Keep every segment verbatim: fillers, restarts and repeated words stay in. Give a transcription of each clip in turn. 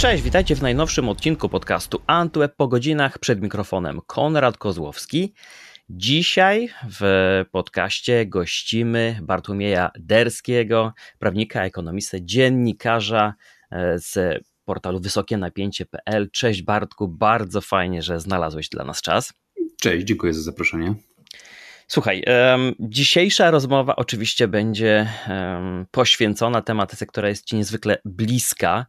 Cześć, witajcie w najnowszym odcinku podcastu Antweb po godzinach, przed mikrofonem Konrad Kozłowski. Dzisiaj w podcaście gościmy Bartłomieja Derskiego, prawnika, ekonomistę, dziennikarza z portalu wysokie napięcie kropka pe el. Cześć Bartku, bardzo fajnie, że znalazłeś dla nas czas. Cześć, dziękuję za zaproszenie. Słuchaj, um, dzisiejsza rozmowa oczywiście będzie um, poświęcona tematyce, która jest Ci niezwykle bliska,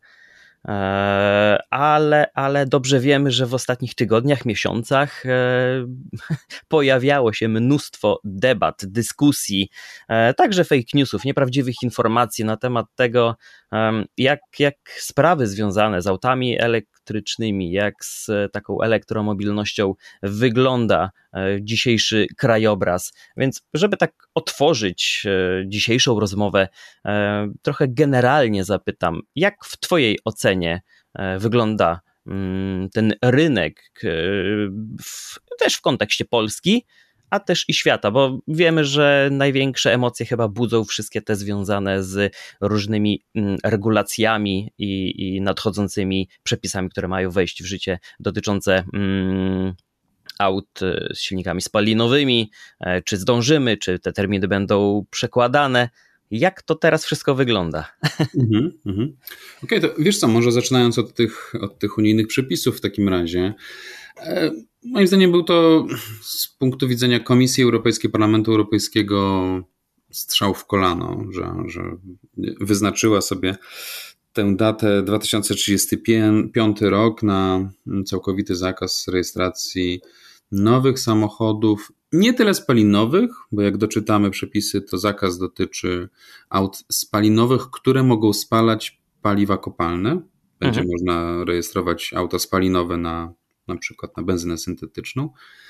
ale, ale dobrze wiemy, że w ostatnich tygodniach, miesiącach pojawiało się mnóstwo debat, dyskusji, także fake newsów, nieprawdziwych informacji na temat tego, jak, jak sprawy związane z autami elektrycznymi, jak z taką elektromobilnością wygląda dzisiejszy krajobraz. Więc żeby tak otworzyć dzisiejszą rozmowę, trochę generalnie zapytam, jak w Twojej ocenie wygląda ten rynek w, też w kontekście Polski, a też i świata, bo wiemy, że największe emocje chyba budzą wszystkie te związane z różnymi regulacjami i, i nadchodzącymi przepisami, które mają wejść w życie, dotyczące mm, aut z silnikami spalinowymi, czy zdążymy, czy te terminy będą przekładane. Jak to teraz wszystko wygląda? Mhm, mhm. Okej, to wiesz co, może zaczynając od tych, od tych unijnych przepisów w takim razie. E, moim zdaniem był to z punktu widzenia Komisji Europejskiej, Parlamentu Europejskiego strzał w kolano, że, że wyznaczyła sobie tę datę dwa tysiące trzydziesty piąty rok na całkowity zakaz rejestracji nowych samochodów, nie tyle spalinowych, bo jak doczytamy przepisy, to zakaz dotyczy aut spalinowych, które mogą spalać paliwa kopalne. Będzie mhm. można rejestrować auta spalinowe na, na przykład na benzynę syntetyczną,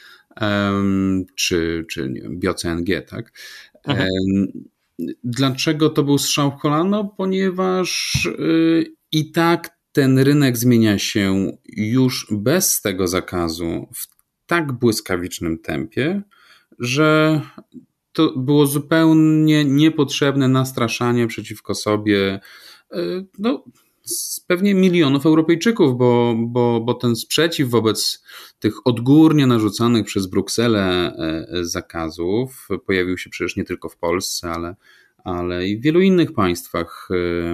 um, czy, czy nie wiem, bio-C N G, tak? Mhm. Um, dlaczego to był strzał w kolano? Ponieważ yy, i tak ten rynek zmienia się już bez tego zakazu w tak błyskawicznym tempie, że to było zupełnie niepotrzebne nastraszanie przeciwko sobie no, pewnie milionów Europejczyków, bo, bo, bo ten sprzeciw wobec tych odgórnie narzucanych przez Brukselę zakazów pojawił się przecież nie tylko w Polsce, ale, ale i w wielu innych państwach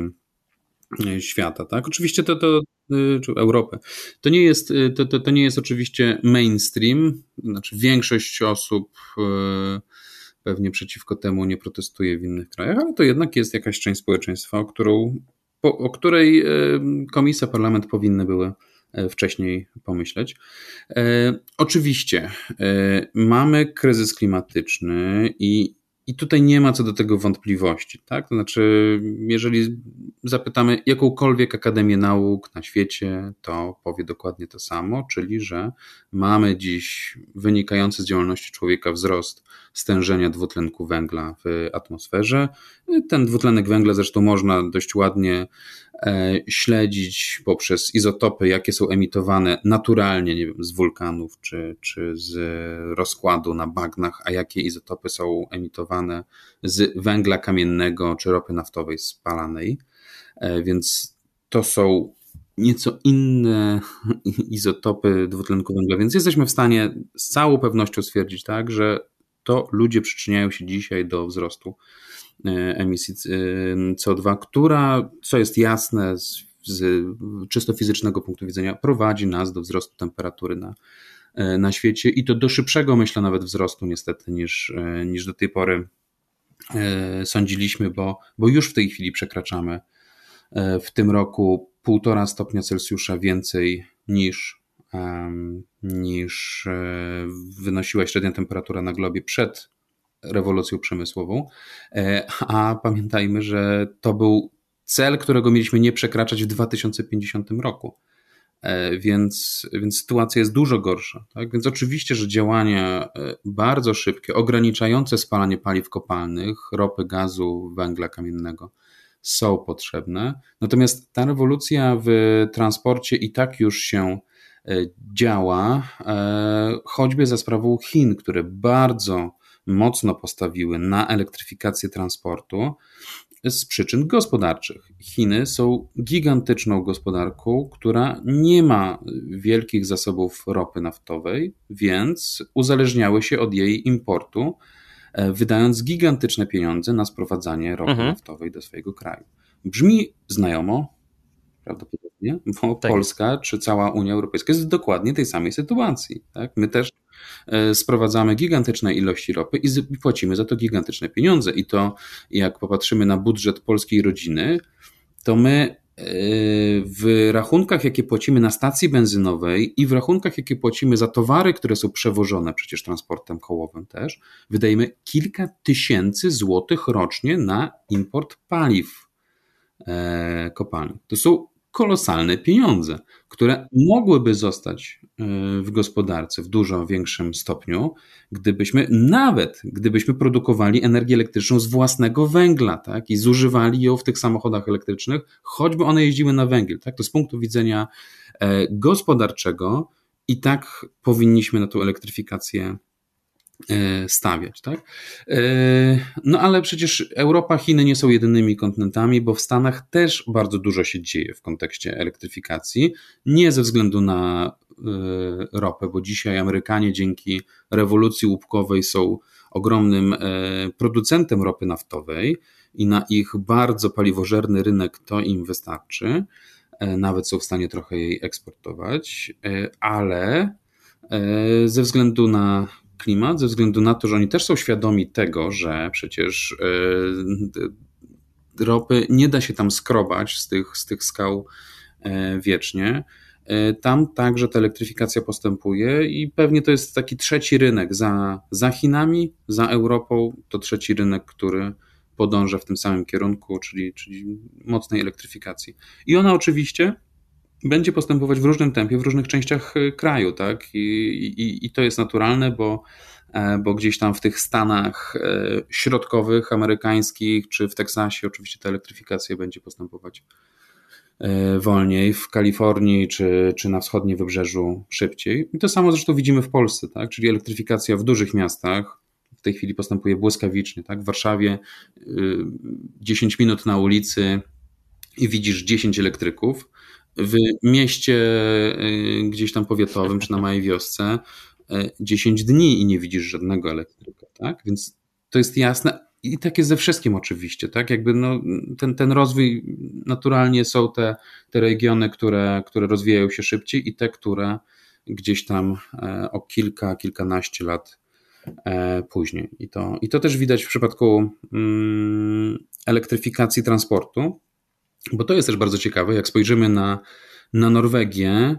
świata. Tak? Oczywiście to, to czy Europę. To nie jest, to, to, to nie jest oczywiście mainstream, znaczy większość osób pewnie przeciwko temu nie protestuje w innych krajach, ale to jednak jest jakaś część społeczeństwa, o, którą, po, o której Komisja, Parlament powinny były wcześniej pomyśleć. Oczywiście mamy kryzys klimatyczny i I tutaj nie ma co do tego wątpliwości, tak? To znaczy, jeżeli zapytamy jakąkolwiek Akademię Nauk na świecie, to powie dokładnie to samo, czyli że mamy dziś wynikający z działalności człowieka wzrost stężenia dwutlenku węgla w atmosferze. Ten dwutlenek węgla zresztą można dość ładnie śledzić poprzez izotopy, jakie są emitowane naturalnie, nie wiem, z wulkanów czy, czy z rozkładu na bagnach, a jakie izotopy są emitowane z węgla kamiennego czy ropy naftowej spalanej. Więc to są nieco inne izotopy dwutlenku węgla, więc jesteśmy w stanie z całą pewnością stwierdzić, tak, że to ludzie przyczyniają się dzisiaj do wzrostu emisji C O dwa, która, co jest jasne z, z czysto fizycznego punktu widzenia, prowadzi nas do wzrostu temperatury na, na świecie i to do szybszego, myślę, nawet wzrostu niestety niż, niż do tej pory sądziliśmy, bo, bo już w tej chwili przekraczamy w tym roku półtora stopnia Celsjusza więcej niż, niż wynosiła średnia temperatura na globie przed rewolucją przemysłową, a pamiętajmy, że to był cel, którego mieliśmy nie przekraczać w dwa tysiące pięćdziesiątym roku, więc, więc sytuacja jest dużo gorsza. Tak? Więc oczywiście, że działania bardzo szybkie, ograniczające spalanie paliw kopalnych, ropy, gazu, węgla kamiennego są potrzebne, natomiast ta rewolucja w transporcie i tak już się działa, choćby za sprawą Chin, które bardzo mocno postawiły na elektryfikację transportu, z przyczyn gospodarczych. Chiny są gigantyczną gospodarką, która nie ma wielkich zasobów ropy naftowej, więc uzależniały się od jej importu, wydając gigantyczne pieniądze na sprowadzanie ropy mhm. naftowej do swojego kraju. Brzmi znajomo, prawdopodobnie, bo tak Polska jest. Czy cała Unia Europejska jest w dokładnie tej samej sytuacji. Tak? My też sprowadzamy gigantyczne ilości ropy i płacimy za to gigantyczne pieniądze. I to jak popatrzymy na budżet polskiej rodziny, to my w rachunkach, jakie płacimy na stacji benzynowej i w rachunkach, jakie płacimy za towary, które są przewożone przecież transportem kołowym też, wydajemy kilka tysięcy złotych rocznie na import paliw kopalnych. To są kolosalne pieniądze, które mogłyby zostać w gospodarce w dużo większym stopniu, gdybyśmy nawet, gdybyśmy produkowali energię elektryczną z własnego węgla, tak, i zużywali ją w tych samochodach elektrycznych, choćby one jeździły na węgiel, tak, to z punktu widzenia gospodarczego i tak powinniśmy na tą elektryfikację stawiać, tak? No ale przecież Europa, Chiny nie są jedynymi kontynentami, bo w Stanach też bardzo dużo się dzieje w kontekście elektryfikacji, nie ze względu na ropę, bo dzisiaj Amerykanie dzięki rewolucji łupkowej są ogromnym producentem ropy naftowej i na ich bardzo paliwożerny rynek to im wystarczy, nawet są w stanie trochę jej eksportować, ale ze względu na klimat, ze względu na to, że oni też są świadomi tego, że przecież ropy nie da się tam skrobać z tych, z tych skał wiecznie. Tam także ta elektryfikacja postępuje i pewnie to jest taki trzeci rynek za, za Chinami, za Europą, to trzeci rynek, który podąża w tym samym kierunku, czyli, czyli mocnej elektryfikacji. I ona oczywiście będzie postępować w różnym tempie, w różnych częściach kraju, tak? I, i, i to jest naturalne, bo, bo gdzieś tam w tych Stanach środkowych, amerykańskich, czy w Teksasie oczywiście ta elektryfikacja będzie postępować wolniej, w Kalifornii, czy, czy na wschodnim wybrzeżu szybciej. I to samo zresztą widzimy w Polsce, tak? Czyli elektryfikacja w dużych miastach w tej chwili postępuje błyskawicznie, tak? W Warszawie dziesięć minut na ulicy i widzisz dziesięć elektryków. W mieście gdzieś tam powiatowym, czy na małej wiosce dziesięć dni i nie widzisz żadnego elektryka, tak? Więc to jest jasne i tak jest ze wszystkim oczywiście, tak? Jakby no, ten, ten rozwój, naturalnie są te, te regiony, które, które rozwijają się szybciej i te, które gdzieś tam o kilka, kilkanaście lat później. I to, i to też widać w przypadku mm, elektryfikacji transportu, bo to jest też bardzo ciekawe, jak spojrzymy na, na Norwegię,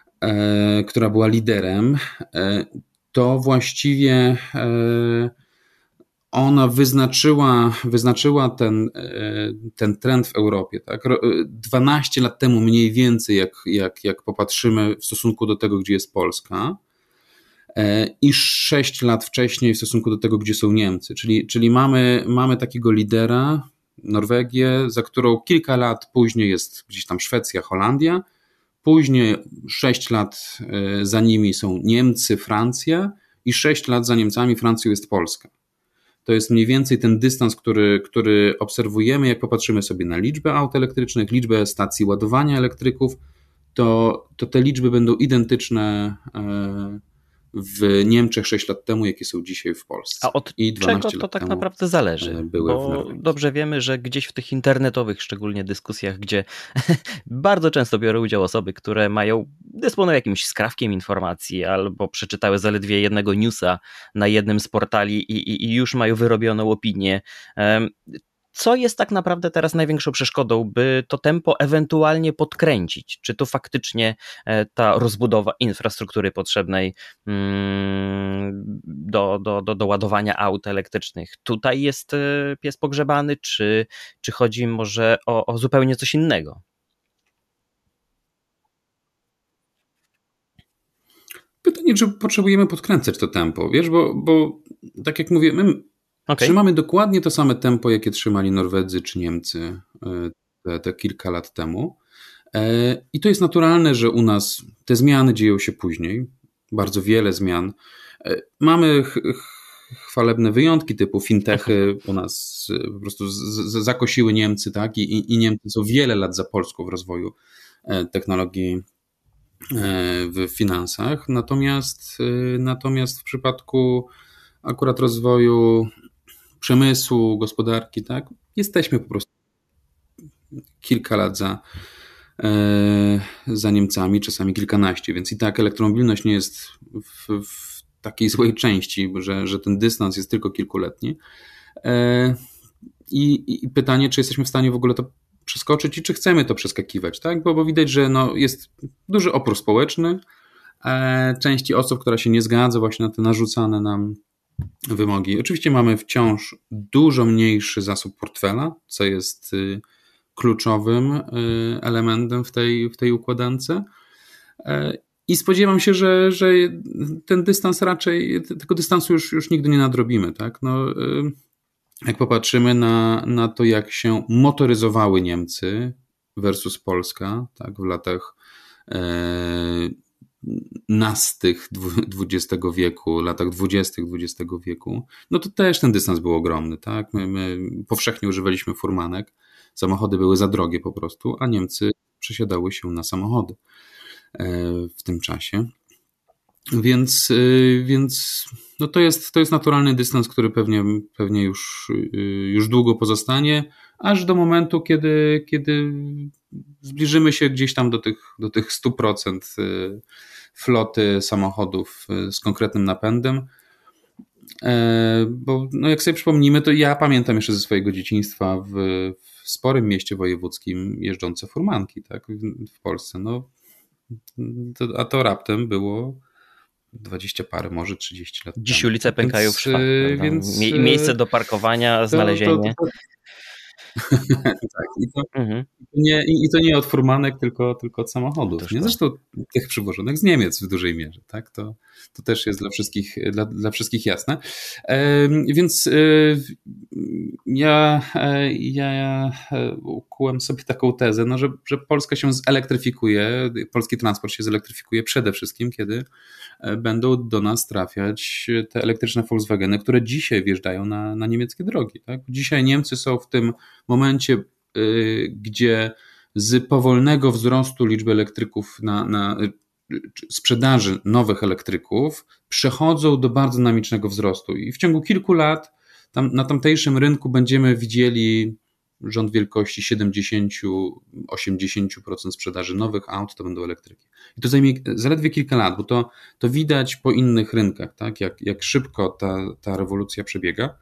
e, która była liderem, e, to właściwie e, ona wyznaczyła, wyznaczyła ten, e, ten trend w Europie. Tak? dwanaście lat temu mniej więcej, jak, jak, jak popatrzymy w stosunku do tego, gdzie jest Polska, e, i sześć lat wcześniej w stosunku do tego, gdzie są Niemcy. Czyli, czyli mamy, mamy takiego lidera, Norwegię, za którą kilka lat później jest gdzieś tam Szwecja, Holandia, później sześć lat za nimi są Niemcy, Francja i sześć lat za Niemcami, Francją jest Polska. To jest mniej więcej ten dystans, który, który obserwujemy, jak popatrzymy sobie na liczbę aut elektrycznych, liczbę stacji ładowania elektryków, to, to te liczby będą identyczne w Niemczech sześć lat temu, jakie są dzisiaj w Polsce. A od I czego to tak naprawdę zależy? Bo dobrze wiemy, że gdzieś w tych internetowych szczególnie dyskusjach, gdzie bardzo często biorą udział osoby, które mają, dysponują jakimś skrawkiem informacji albo przeczytały zaledwie jednego newsa na jednym z portali i, i, i już mają wyrobioną opinię. Co jest tak naprawdę teraz największą przeszkodą, by to tempo ewentualnie podkręcić? Czy to faktycznie ta rozbudowa infrastruktury potrzebnej do, do, do, do ładowania aut elektrycznych tutaj jest pies pogrzebany, czy, czy chodzi może o, o zupełnie coś innego? Pytanie, czy potrzebujemy podkręcać to tempo, wiesz, bo, bo tak jak mówię, my okay. trzymamy dokładnie to same tempo, jakie trzymali Norwedzy czy Niemcy te, te kilka lat temu. I to jest naturalne, że u nas te zmiany dzieją się później, bardzo wiele zmian. Mamy chwalebne wyjątki typu fintechy u nas po prostu z, z, zakosiły Niemcy, tak? I, I Niemcy są wiele lat za Polską w rozwoju technologii w finansach. Natomiast, natomiast w przypadku akurat rozwoju przemysłu, gospodarki, tak? Jesteśmy po prostu kilka lat za, za Niemcami, czasami kilkanaście, więc i tak elektromobilność nie jest w, w takiej złej części, że, że ten dystans jest tylko kilkuletni. I, I pytanie, czy jesteśmy w stanie w ogóle to przeskoczyć i czy chcemy to przeskakiwać, tak? Bo, bo widać, że no jest duży opór społeczny, części osób, która się nie zgadza właśnie na te narzucane nam wymogi. Oczywiście mamy wciąż dużo mniejszy zasób portfela, co jest kluczowym elementem w tej, w tej układance. I spodziewam się, że, że ten dystans raczej, tego dystansu już, już nigdy nie nadrobimy, tak? No, jak popatrzymy na, na to, jak się motoryzowały Niemcy versus Polska, tak, w latach e, nastych dwudziestego wieku, latach dwudziestych dwudziestego wieku, no to też ten dystans był ogromny, tak? My, my powszechnie używaliśmy furmanek, samochody były za drogie po prostu, a Niemcy przesiadały się na samochody w tym czasie. Więc, więc no to jest, to jest naturalny dystans, który pewnie, pewnie już, już długo pozostanie, aż do momentu, kiedy, kiedy zbliżymy się gdzieś tam do tych, do tych stu procent floty samochodów z konkretnym napędem. Bo no jak sobie przypomnimy, to ja pamiętam jeszcze ze swojego dzieciństwa w, w sporym mieście wojewódzkim jeżdżące furmanki, tak, w, w Polsce. No, to, a to raptem było dwadzieścia parę, może trzydzieści lat. Dziś temu. Ulice pękają w szwach. Więc, Mie- miejsce do parkowania, to, znalezienie. To, to, to... tak, i to, mhm. nie, i to nie od furmanek, tylko, tylko od samochodów. Nie? Zresztą tych przywożonych z Niemiec w dużej mierze. Tak? To, to też jest dla wszystkich, dla, dla wszystkich jasne. E, więc e, ja, e, ja ukułem sobie taką tezę, no, że, że Polska się zelektryfikuje, polski transport się zelektryfikuje przede wszystkim, kiedy będą do nas trafiać te elektryczne Volkswageny, które dzisiaj wjeżdżają na, na niemieckie drogi. Tak? Dzisiaj Niemcy są w tym momencie, yy, gdzie z powolnego wzrostu liczby elektryków na, na sprzedaży nowych elektryków przechodzą do bardzo dynamicznego wzrostu i w ciągu kilku lat tam, na tamtejszym rynku będziemy widzieli rząd wielkości siedemdziesiąt do osiemdziesięciu procent sprzedaży nowych aut to będą elektryki. I to zajmie zaledwie kilka lat, bo to, to widać po innych rynkach, tak? jak, jak szybko ta, ta rewolucja przebiega.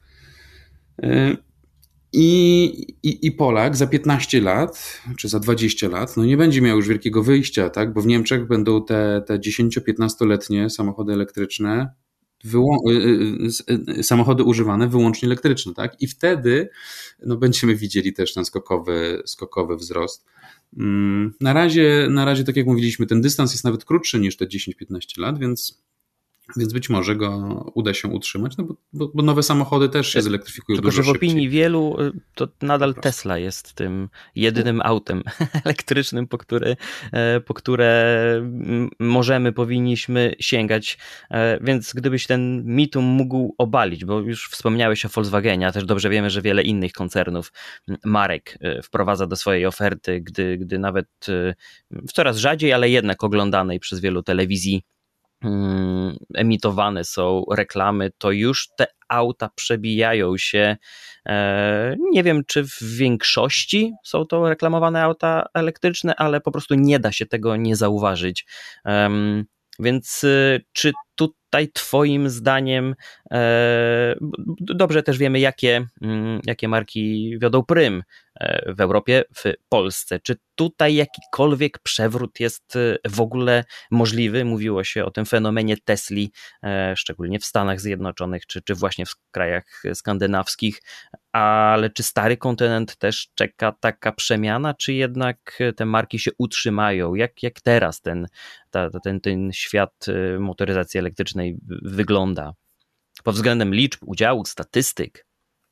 I, i, I Polak za piętnaście lat, czy za dwadzieścia lat, no nie będzie miał już wielkiego wyjścia, tak? Bo w Niemczech będą te, te dziesięcio-piętnastoletnie samochody elektryczne, wyłą- samochody używane wyłącznie elektryczne, tak? I wtedy no, będziemy widzieli też ten skokowy, skokowy wzrost. Na razie, na razie, tak jak mówiliśmy, ten dystans jest nawet krótszy niż te dziesięć-piętnaście lat, więc Więc być może go uda się utrzymać, no bo, bo, bo nowe samochody też się zelektryfikują Tylko, dużo że w opinii szybciej. wielu to nadal Tesla jest tym jedynym autem elektrycznym, po które, po które możemy, powinniśmy sięgać. Więc gdybyś ten mitum mógł obalić, bo już wspomniałeś o Volkswagenie, a też dobrze wiemy, że wiele innych koncernów, marek wprowadza do swojej oferty, gdy, gdy nawet w coraz rzadziej, ale jednak oglądanej przez wielu telewizji emitowane są reklamy, to już te auta przebijają się. Nie wiem, czy w większości są to reklamowane auta elektryczne, ale po prostu nie da się tego nie zauważyć. Więc czy tutaj twoim zdaniem, dobrze też wiemy, jakie, jakie marki wiodą prym w Europie, w Polsce. Czy tutaj jakikolwiek przewrót jest w ogóle możliwy? Mówiło się o tym fenomenie Tesli, szczególnie w Stanach Zjednoczonych, czy, czy właśnie w krajach skandynawskich, ale czy stary kontynent też czeka taka przemiana, czy jednak te marki się utrzymają? Jak, jak teraz ten, ta, ten, ten świat motoryzacji elektrycznej wygląda pod względem liczb, udziału, statystyk?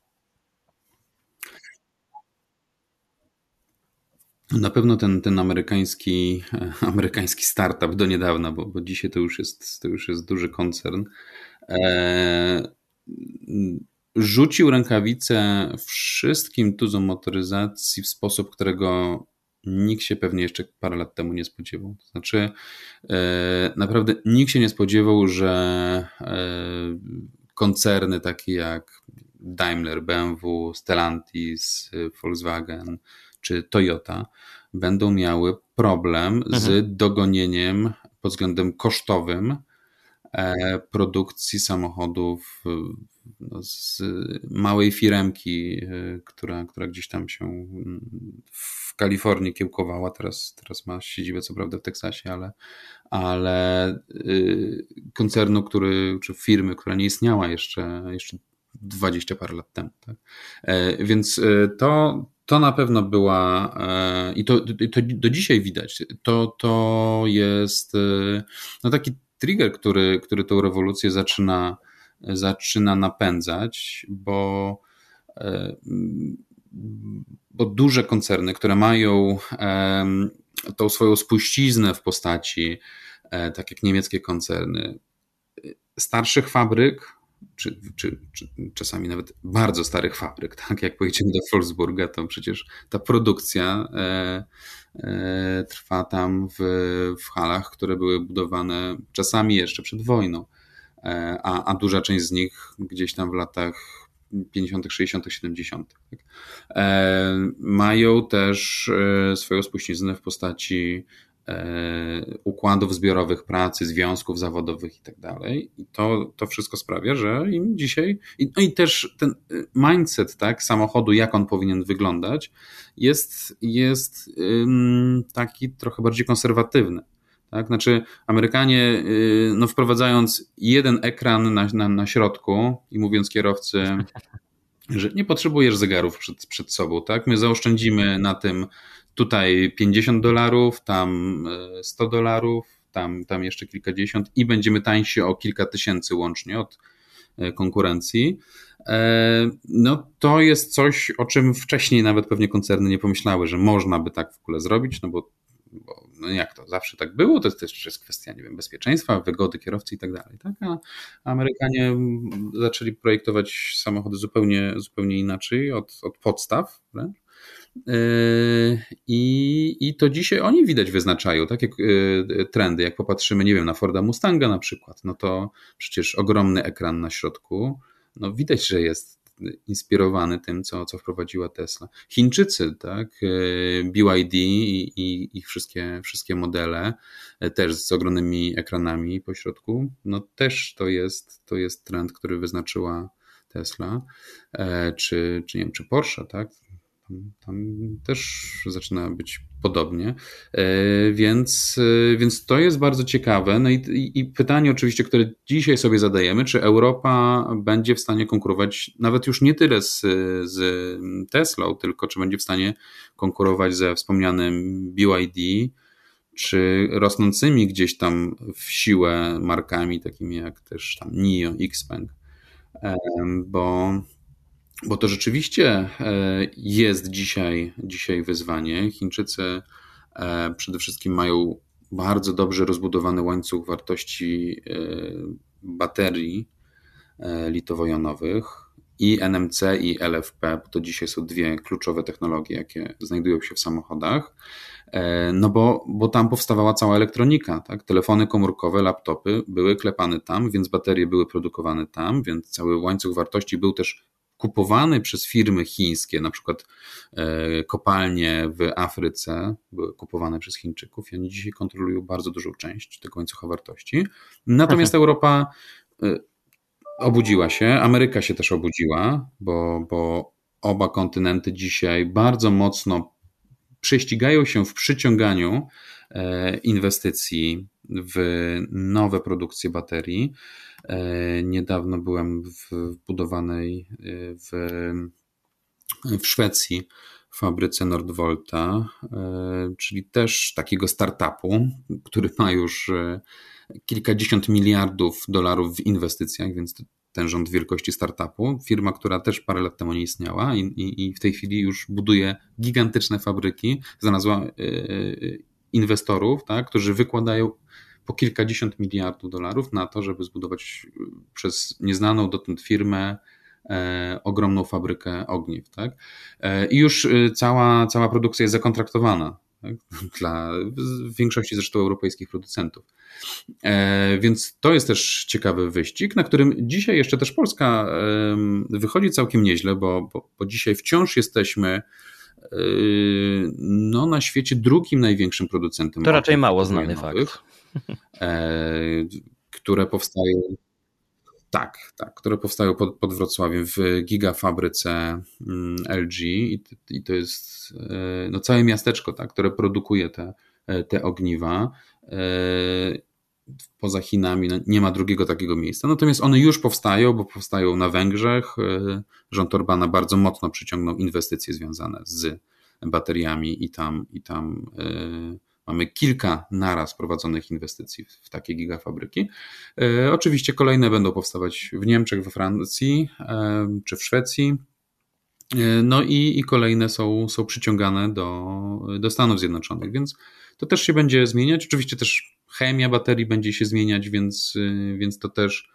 Na pewno ten, ten amerykański, amerykański startup do niedawna, bo, bo dzisiaj to już jest, to już jest duży koncern, e, rzucił rękawicę wszystkim tuzom motoryzacji w sposób, którego nikt się pewnie jeszcze parę lat temu nie spodziewał. To znaczy, e, naprawdę nikt się nie spodziewał, że e, koncerny takie jak Daimler, B M W, Stellantis, Volkswagen czy Toyota będą miały problem mhm. z dogonieniem pod względem kosztowym produkcji samochodów no, z małej firemki, która, która gdzieś tam się w Kalifornii kiełkowała, teraz, teraz ma siedzibę co prawda w Teksasie, ale, ale koncernu, który, czy firmy, która nie istniała jeszcze, jeszcze dwadzieścia parę lat temu. Tak? Więc to, to na pewno była i to, to do dzisiaj widać, to, to jest no taki trigger, który, który tę rewolucję zaczyna, zaczyna napędzać, bo, bo duże koncerny, które mają tą swoją spuściznę w postaci, tak jak niemieckie koncerny, starszych fabryk, czy, czy, czy czasami nawet bardzo starych fabryk, tak jak pojedziemy do Wolfsburga, to przecież ta produkcja e, e, trwa tam w, w halach, które były budowane czasami jeszcze przed wojną, e, a, a duża część z nich gdzieś tam w latach pięćdziesiątych, sześćdziesiątych, siedemdziesiątych. Tak? E, mają też e, swoją spuściznę w postaci układów zbiorowych pracy, związków zawodowych i tak dalej. I to, to wszystko sprawia, że im dzisiaj, no i też ten mindset, tak, samochodu, jak on powinien wyglądać, jest, jest taki trochę bardziej konserwatywny. Tak? Znaczy Amerykanie, no wprowadzając jeden ekran na, na, na środku i mówiąc kierowcy, że nie potrzebujesz zegarów przed, przed sobą, tak? My zaoszczędzimy na tym tutaj pięćdziesiąt dolarów, tam sto dolarów, tam, tam jeszcze kilkadziesiąt i będziemy tańsi o kilka tysięcy łącznie od konkurencji. No to jest coś, o czym wcześniej nawet pewnie koncerny nie pomyślały, że można by tak w ogóle zrobić, no bo, bo no jak to, zawsze tak było, to jest też jest kwestia, nie wiem, bezpieczeństwa, wygody kierowcy i tak dalej, tak? A Amerykanie zaczęli projektować samochody zupełnie, zupełnie inaczej, od, od podstaw wręcz. I, I to dzisiaj oni widać wyznaczają, tak jak trendy, jak popatrzymy, nie wiem, na Forda Mustanga na przykład, no to przecież ogromny ekran na środku, no widać, że jest inspirowany tym, co, co wprowadziła Tesla. Chińczycy, tak, B Y D i, i ich wszystkie, wszystkie modele, też z ogromnymi ekranami po środku, no też to jest, to jest trend, który wyznaczyła Tesla, czy, czy nie wiem, czy Porsche, tak, tam też zaczyna być podobnie, więc, więc to jest bardzo ciekawe. No i, i pytanie oczywiście, które dzisiaj sobie zadajemy, czy Europa będzie w stanie konkurować nawet już nie tyle z, z Teslą, tylko czy będzie w stanie konkurować ze wspomnianym B Y D, czy rosnącymi gdzieś tam w siłę markami takimi jak też tam N I O, Xpeng, bo Bo to rzeczywiście jest dzisiaj, dzisiaj wyzwanie. Chińczycy przede wszystkim mają bardzo dobrze rozbudowany łańcuch wartości baterii litowo-jonowych i N M C i L F P, bo to dzisiaj są dwie kluczowe technologie, jakie znajdują się w samochodach, no bo, bo tam powstawała cała elektronika, tak? Telefony komórkowe, laptopy były klepane tam, więc baterie były produkowane tam, więc cały łańcuch wartości był też kupowany przez firmy chińskie, na przykład kopalnie w Afryce były kupowane przez Chińczyków i oni dzisiaj kontrolują bardzo dużą część tego łańcucha wartości. Natomiast Europa obudziła się, Ameryka się też obudziła, bo, bo oba kontynenty dzisiaj bardzo mocno prześcigają się w przyciąganiu inwestycji w nowe produkcje baterii. Niedawno byłem w budowanej w, w Szwecji fabryce Nordvolta, czyli też takiego startupu, który ma już kilkadziesiąt miliardów dolarów w inwestycjach, więc ten rząd wielkości startupu. Firma, która też parę lat temu nie istniała i, i, i w tej chwili już buduje gigantyczne fabryki, znalazła inwestorów, tak, którzy wykładają po kilkadziesiąt miliardów dolarów na to, żeby zbudować przez nieznaną dotąd firmę e, ogromną fabrykę ogniw. Tak? E, I już cała, cała produkcja jest zakontraktowana, tak? Dla w większości zresztą europejskich producentów. E, więc to jest też ciekawy wyścig, na którym dzisiaj jeszcze też Polska e, wychodzi całkiem nieźle, bo, bo, bo dzisiaj wciąż jesteśmy no, na świecie drugim największym producentem. To raczej mało znany fakt. Które powstają, tak, tak, które powstają pod, pod Wrocławiem w gigafabryce L G i, i to jest no, całe miasteczko, tak, które produkuje te, te ogniwa. Poza Chinami no, nie ma drugiego takiego miejsca. Natomiast one już powstają, bo powstają na Węgrzech. Rząd Orbana bardzo mocno przyciągnął inwestycje związane z bateriami i tam, i tam y, mamy kilka naraz prowadzonych inwestycji w, w takie gigafabryki. Y, oczywiście kolejne będą powstawać w Niemczech, we Francji y, czy w Szwecji. Y, no i, i kolejne są, są przyciągane do, do Stanów Zjednoczonych, więc to też się będzie zmieniać. Oczywiście też chemia baterii będzie się zmieniać, więc, więc to też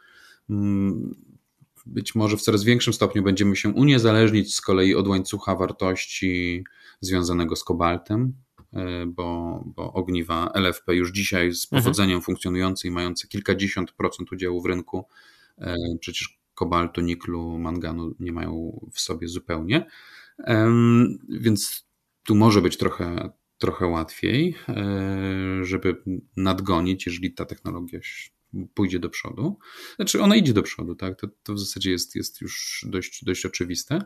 być może w coraz większym stopniu będziemy się uniezależnić z kolei od łańcucha wartości związanego z kobaltem, bo, bo ogniwa L F P już dzisiaj z powodzeniem mhm. funkcjonujące i mające kilkadziesiąt procent udziału w rynku, przecież kobaltu, niklu, manganu nie mają w sobie zupełnie, więc tu może być trochę trochę łatwiej, żeby nadgonić, jeżeli ta technologia pójdzie do przodu. Znaczy ona idzie do przodu, tak? To, to w zasadzie jest, jest już dość, dość oczywiste.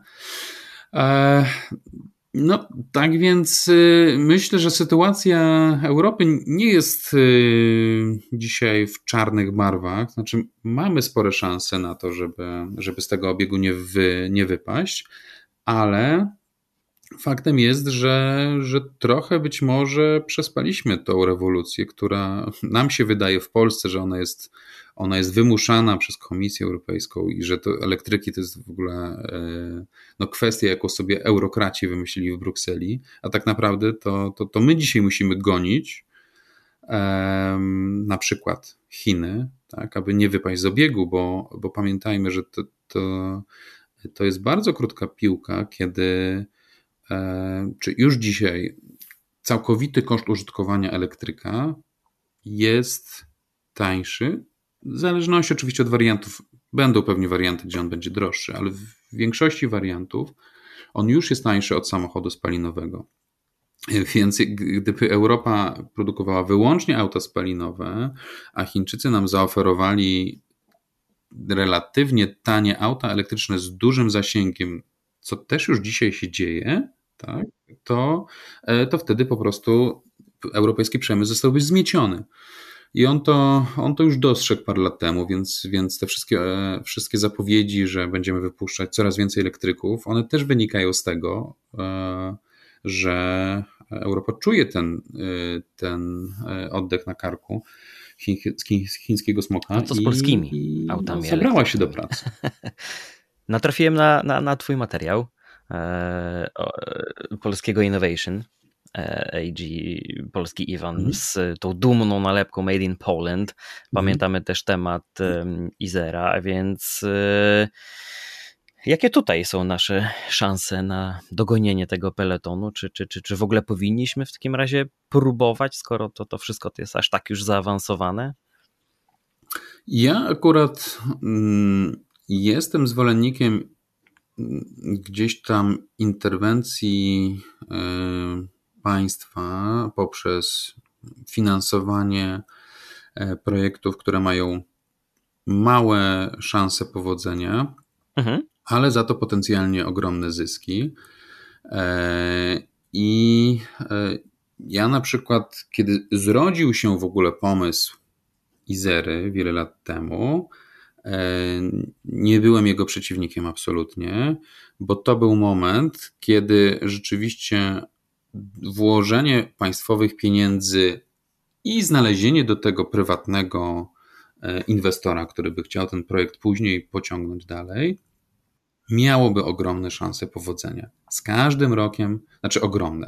No tak więc myślę, że sytuacja Europy nie jest dzisiaj w czarnych barwach. Znaczy mamy spore szanse na to, żeby, żeby z tego obiegu nie, wy, nie wypaść, ale faktem jest, że, że trochę być może przespaliśmy tą rewolucję, która nam się wydaje w Polsce, że ona jest, ona jest wymuszana przez Komisję Europejską i że to elektryki to jest w ogóle no, kwestia, jaką sobie eurokraci wymyślili w Brukseli, a tak naprawdę to, to, to my dzisiaj musimy gonić um, na przykład Chiny, tak, aby nie wypaść z obiegu, bo, bo pamiętajmy, że to, to, to jest bardzo krótka piłka, kiedy czy już dzisiaj całkowity koszt użytkowania elektryka jest tańszy, w zależności oczywiście od wariantów. Będą pewnie warianty, gdzie on będzie droższy, ale w większości wariantów on już jest tańszy od samochodu spalinowego. Więc gdyby Europa produkowała wyłącznie auta spalinowe, a Chińczycy nam zaoferowali relatywnie tanie auta elektryczne z dużym zasięgiem, co też już dzisiaj się dzieje, tak, to, to wtedy po prostu europejski przemysł zostałby zmieciony. I on to, on to już dostrzegł parę lat temu, więc, więc te wszystkie, wszystkie zapowiedzi, że będziemy wypuszczać coraz więcej elektryków, one też wynikają z tego, że Europa czuje ten, ten oddech na karku chińskiego smoka. No to z polskimi i, autami. No, zabrała się do pracy. Natrafiłem na, na, na twój materiał e, o, polskiego Innovation, e, A G, polski Iwan mm. z tą dumną nalepką Made in Poland. Pamiętamy mm. też temat e, Izera, a więc e, jakie tutaj są nasze szanse na dogonienie tego peletonu? Czy, czy, czy, czy w ogóle powinniśmy w takim razie próbować, skoro to, to wszystko to jest aż tak już zaawansowane? Ja akurat mm, jestem zwolennikiem gdzieś tam interwencji y, państwa poprzez finansowanie y, projektów, które mają małe szanse powodzenia, mhm. ale za to potencjalnie ogromne zyski. Y, I y, ja na przykład, kiedy zrodził się w ogóle pomysł Izery wiele lat temu, nie byłem jego przeciwnikiem absolutnie, bo to był moment, kiedy rzeczywiście włożenie państwowych pieniędzy i znalezienie do tego prywatnego inwestora, który by chciał ten projekt później pociągnąć dalej, miałoby ogromne szanse powodzenia. Z każdym rokiem, znaczy ogromne.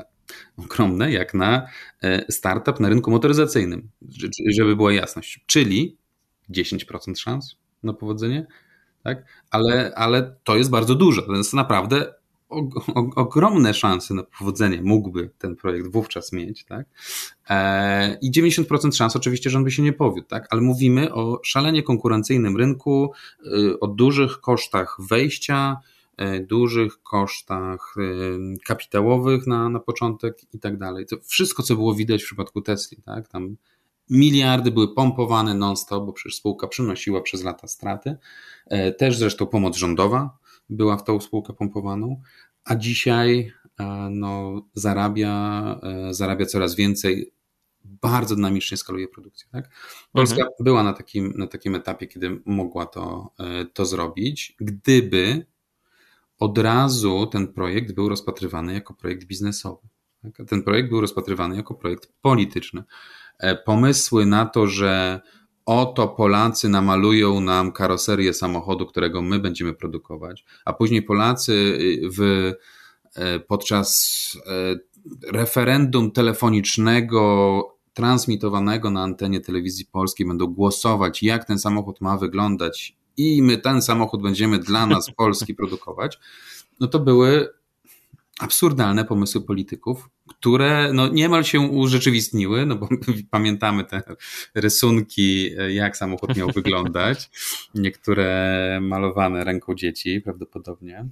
ogromne jak na startup na rynku motoryzacyjnym, żeby była jasność. Czyli dziesięć procent szans na powodzenie, tak? Ale, ale to jest bardzo dużo. To jest naprawdę o, o, ogromne szanse na powodzenie mógłby ten projekt wówczas mieć, tak? E, I dziewięćdziesiąt procent szans oczywiście, że on by się nie powiódł, tak? Ale mówimy o szalenie konkurencyjnym rynku, y, o dużych kosztach wejścia, y, dużych kosztach y, kapitałowych na, na początek i tak dalej. To wszystko, co było widać w przypadku Tesli, tak? Tam miliardy były pompowane non-stop, bo przecież spółka przynosiła przez lata straty. Też zresztą pomoc rządowa była w tą spółkę pompowaną, a dzisiaj no, zarabia, zarabia coraz więcej, bardzo dynamicznie skaluje produkcję. Tak? Polska mhm. była na takim, na takim etapie, kiedy mogła to, to zrobić, gdyby od razu ten projekt był rozpatrywany jako projekt biznesowy. Tak? Ten projekt był rozpatrywany jako projekt polityczny. Pomysły na to, że oto Polacy namalują nam karoserię samochodu, którego my będziemy produkować, a później Polacy w, podczas referendum telefonicznego transmitowanego na antenie telewizji polskiej będą głosować, jak ten samochód ma wyglądać i my ten samochód będziemy dla nas Polski produkować, no to były absurdalne pomysły polityków, które no niemal się urzeczywistniły, no bo pamiętamy te rysunki, jak samochód miał wyglądać, niektóre malowane ręką dzieci prawdopodobnie.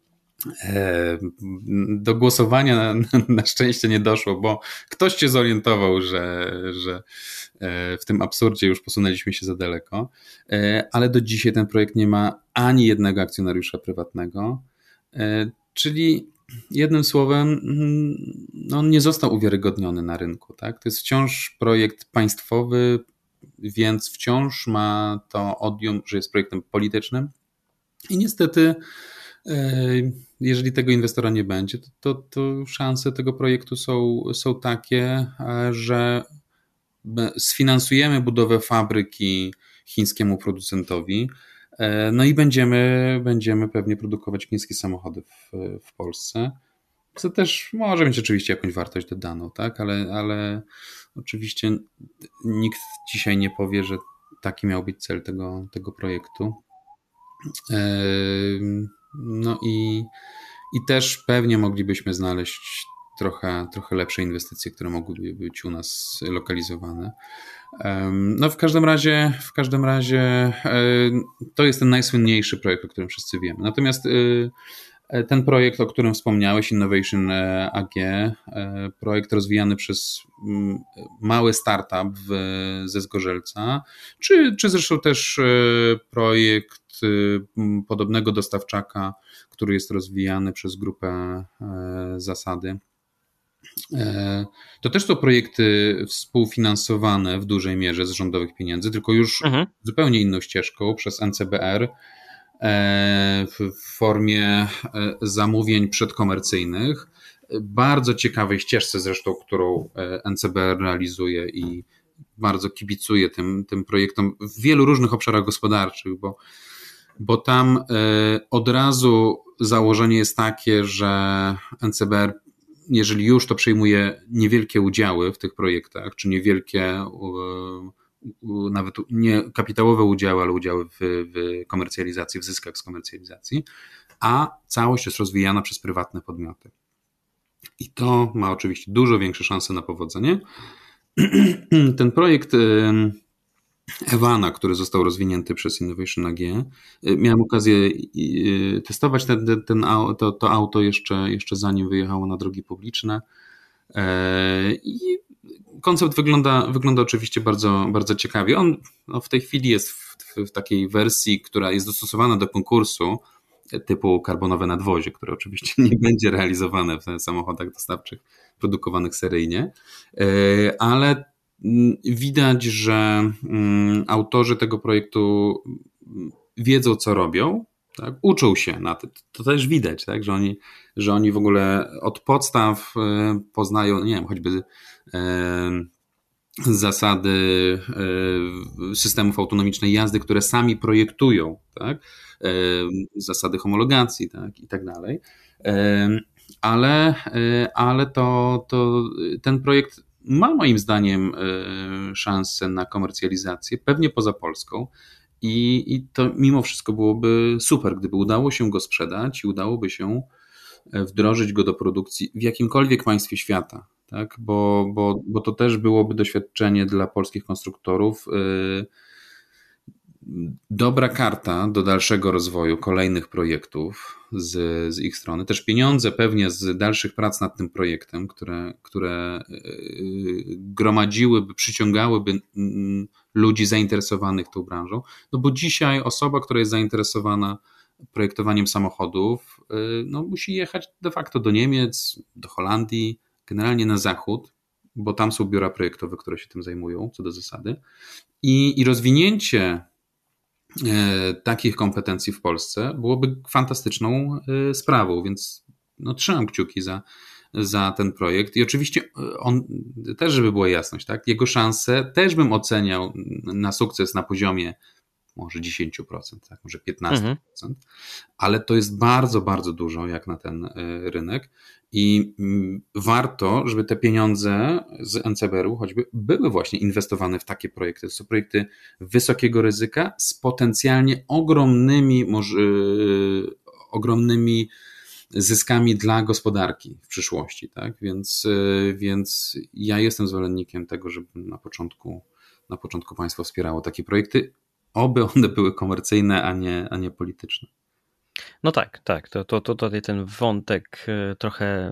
Do głosowania na, na szczęście nie doszło, bo ktoś się zorientował, że, że w tym absurdzie już posunęliśmy się za daleko, ale do dzisiaj ten projekt nie ma ani jednego akcjonariusza prywatnego, czyli jednym słowem, no on nie został uwiarygodniony na rynku. Tak? To jest wciąż projekt państwowy, więc wciąż ma to odium, że jest projektem politycznym i niestety jeżeli tego inwestora nie będzie, to, to, to szanse tego projektu są, są takie, że sfinansujemy budowę fabryki chińskiemu producentowi, no i będziemy, będziemy pewnie produkować chińskie samochody w, w Polsce, co też może mieć oczywiście jakąś wartość dodaną, tak? ale, ale oczywiście nikt dzisiaj nie powie, że taki miał być cel tego, tego projektu. No i, i też pewnie moglibyśmy znaleźć trochę, trochę lepsze inwestycje, które mogłyby być u nas lokalizowane. No w każdym razie, w każdym razie to jest ten najsłynniejszy projekt, o którym wszyscy wiemy. Natomiast ten projekt, o którym wspomniałeś, Innovation A G, projekt rozwijany przez mały startup w, ze Zgorzelca, czy, czy zresztą też projekt podobnego dostawczaka, który jest rozwijany przez grupę Zasady. To też są projekty współfinansowane w dużej mierze z rządowych pieniędzy, tylko już mhm. zupełnie inną ścieżką przez N C B R w formie zamówień przedkomercyjnych. Bardzo ciekawej ścieżce zresztą, którą N C B R realizuje i bardzo kibicuje tym, tym projektom w wielu różnych obszarach gospodarczych, bo, bo tam od razu założenie jest takie, że N C B R, jeżeli już, to przejmuje niewielkie udziały w tych projektach, czy niewielkie, nawet nie kapitałowe udziały, ale udziały w, w komercjalizacji, w zyskach z komercjalizacji, a całość jest rozwijana przez prywatne podmioty. I to ma oczywiście dużo większe szanse na powodzenie. Ten projekt Evana, który został rozwinięty przez Innovation A G, miałem okazję testować ten, ten, ten, to, to auto jeszcze, jeszcze zanim wyjechało na drogi publiczne. I koncept wygląda, wygląda oczywiście bardzo, bardzo ciekawie. On no, w tej chwili jest w, w takiej wersji, która jest dostosowana do konkursu typu karbonowe nadwozie, które oczywiście nie będzie realizowane w samochodach dostawczych produkowanych seryjnie, ale widać, że autorzy tego projektu wiedzą, co robią, tak? Uczą się na tym. To też widać, tak? że, oni, że oni w ogóle od podstaw poznają, nie wiem, choćby zasady systemów autonomicznej jazdy, które sami projektują, tak? Zasady homologacji, tak? I tak dalej. ale, ale to, to ten projekt ma moim zdaniem szansę na komercjalizację, pewnie poza Polską. I, I to mimo wszystko byłoby super, gdyby udało się go sprzedać i udałoby się wdrożyć go do produkcji w jakimkolwiek państwie świata, tak? Bo, bo, bo to też byłoby doświadczenie dla polskich konstruktorów. Dobra karta do dalszego rozwoju kolejnych projektów z, z ich strony. Też pieniądze pewnie z dalszych prac nad tym projektem, które, które gromadziłyby, przyciągałyby ludzi zainteresowanych tą branżą. No bo dzisiaj osoba, która jest zainteresowana projektowaniem samochodów, no musi jechać de facto do Niemiec, do Holandii, generalnie na zachód, bo tam są biura projektowe, które się tym zajmują, co do zasady. I, i rozwinięcie takich kompetencji w Polsce byłoby fantastyczną sprawą, więc no, trzymam kciuki za, za ten projekt i oczywiście on, też żeby była jasność, tak, jego szanse też bym oceniał na sukces na poziomie może dziesięć procent, tak, może piętnaście procent, mhm. ale to jest bardzo, bardzo dużo jak na ten rynek i warto, żeby te pieniądze z N C B R-u choćby były właśnie inwestowane w takie projekty. To są projekty wysokiego ryzyka z potencjalnie ogromnymi, może, yy, ogromnymi zyskami dla gospodarki w przyszłości, tak? Więc, yy, więc ja jestem zwolennikiem tego, żeby na początku, na początku państwo wspierało takie projekty, oby one były komercyjne, a nie, a nie polityczne. No tak, tak, to, to, to tutaj ten wątek trochę,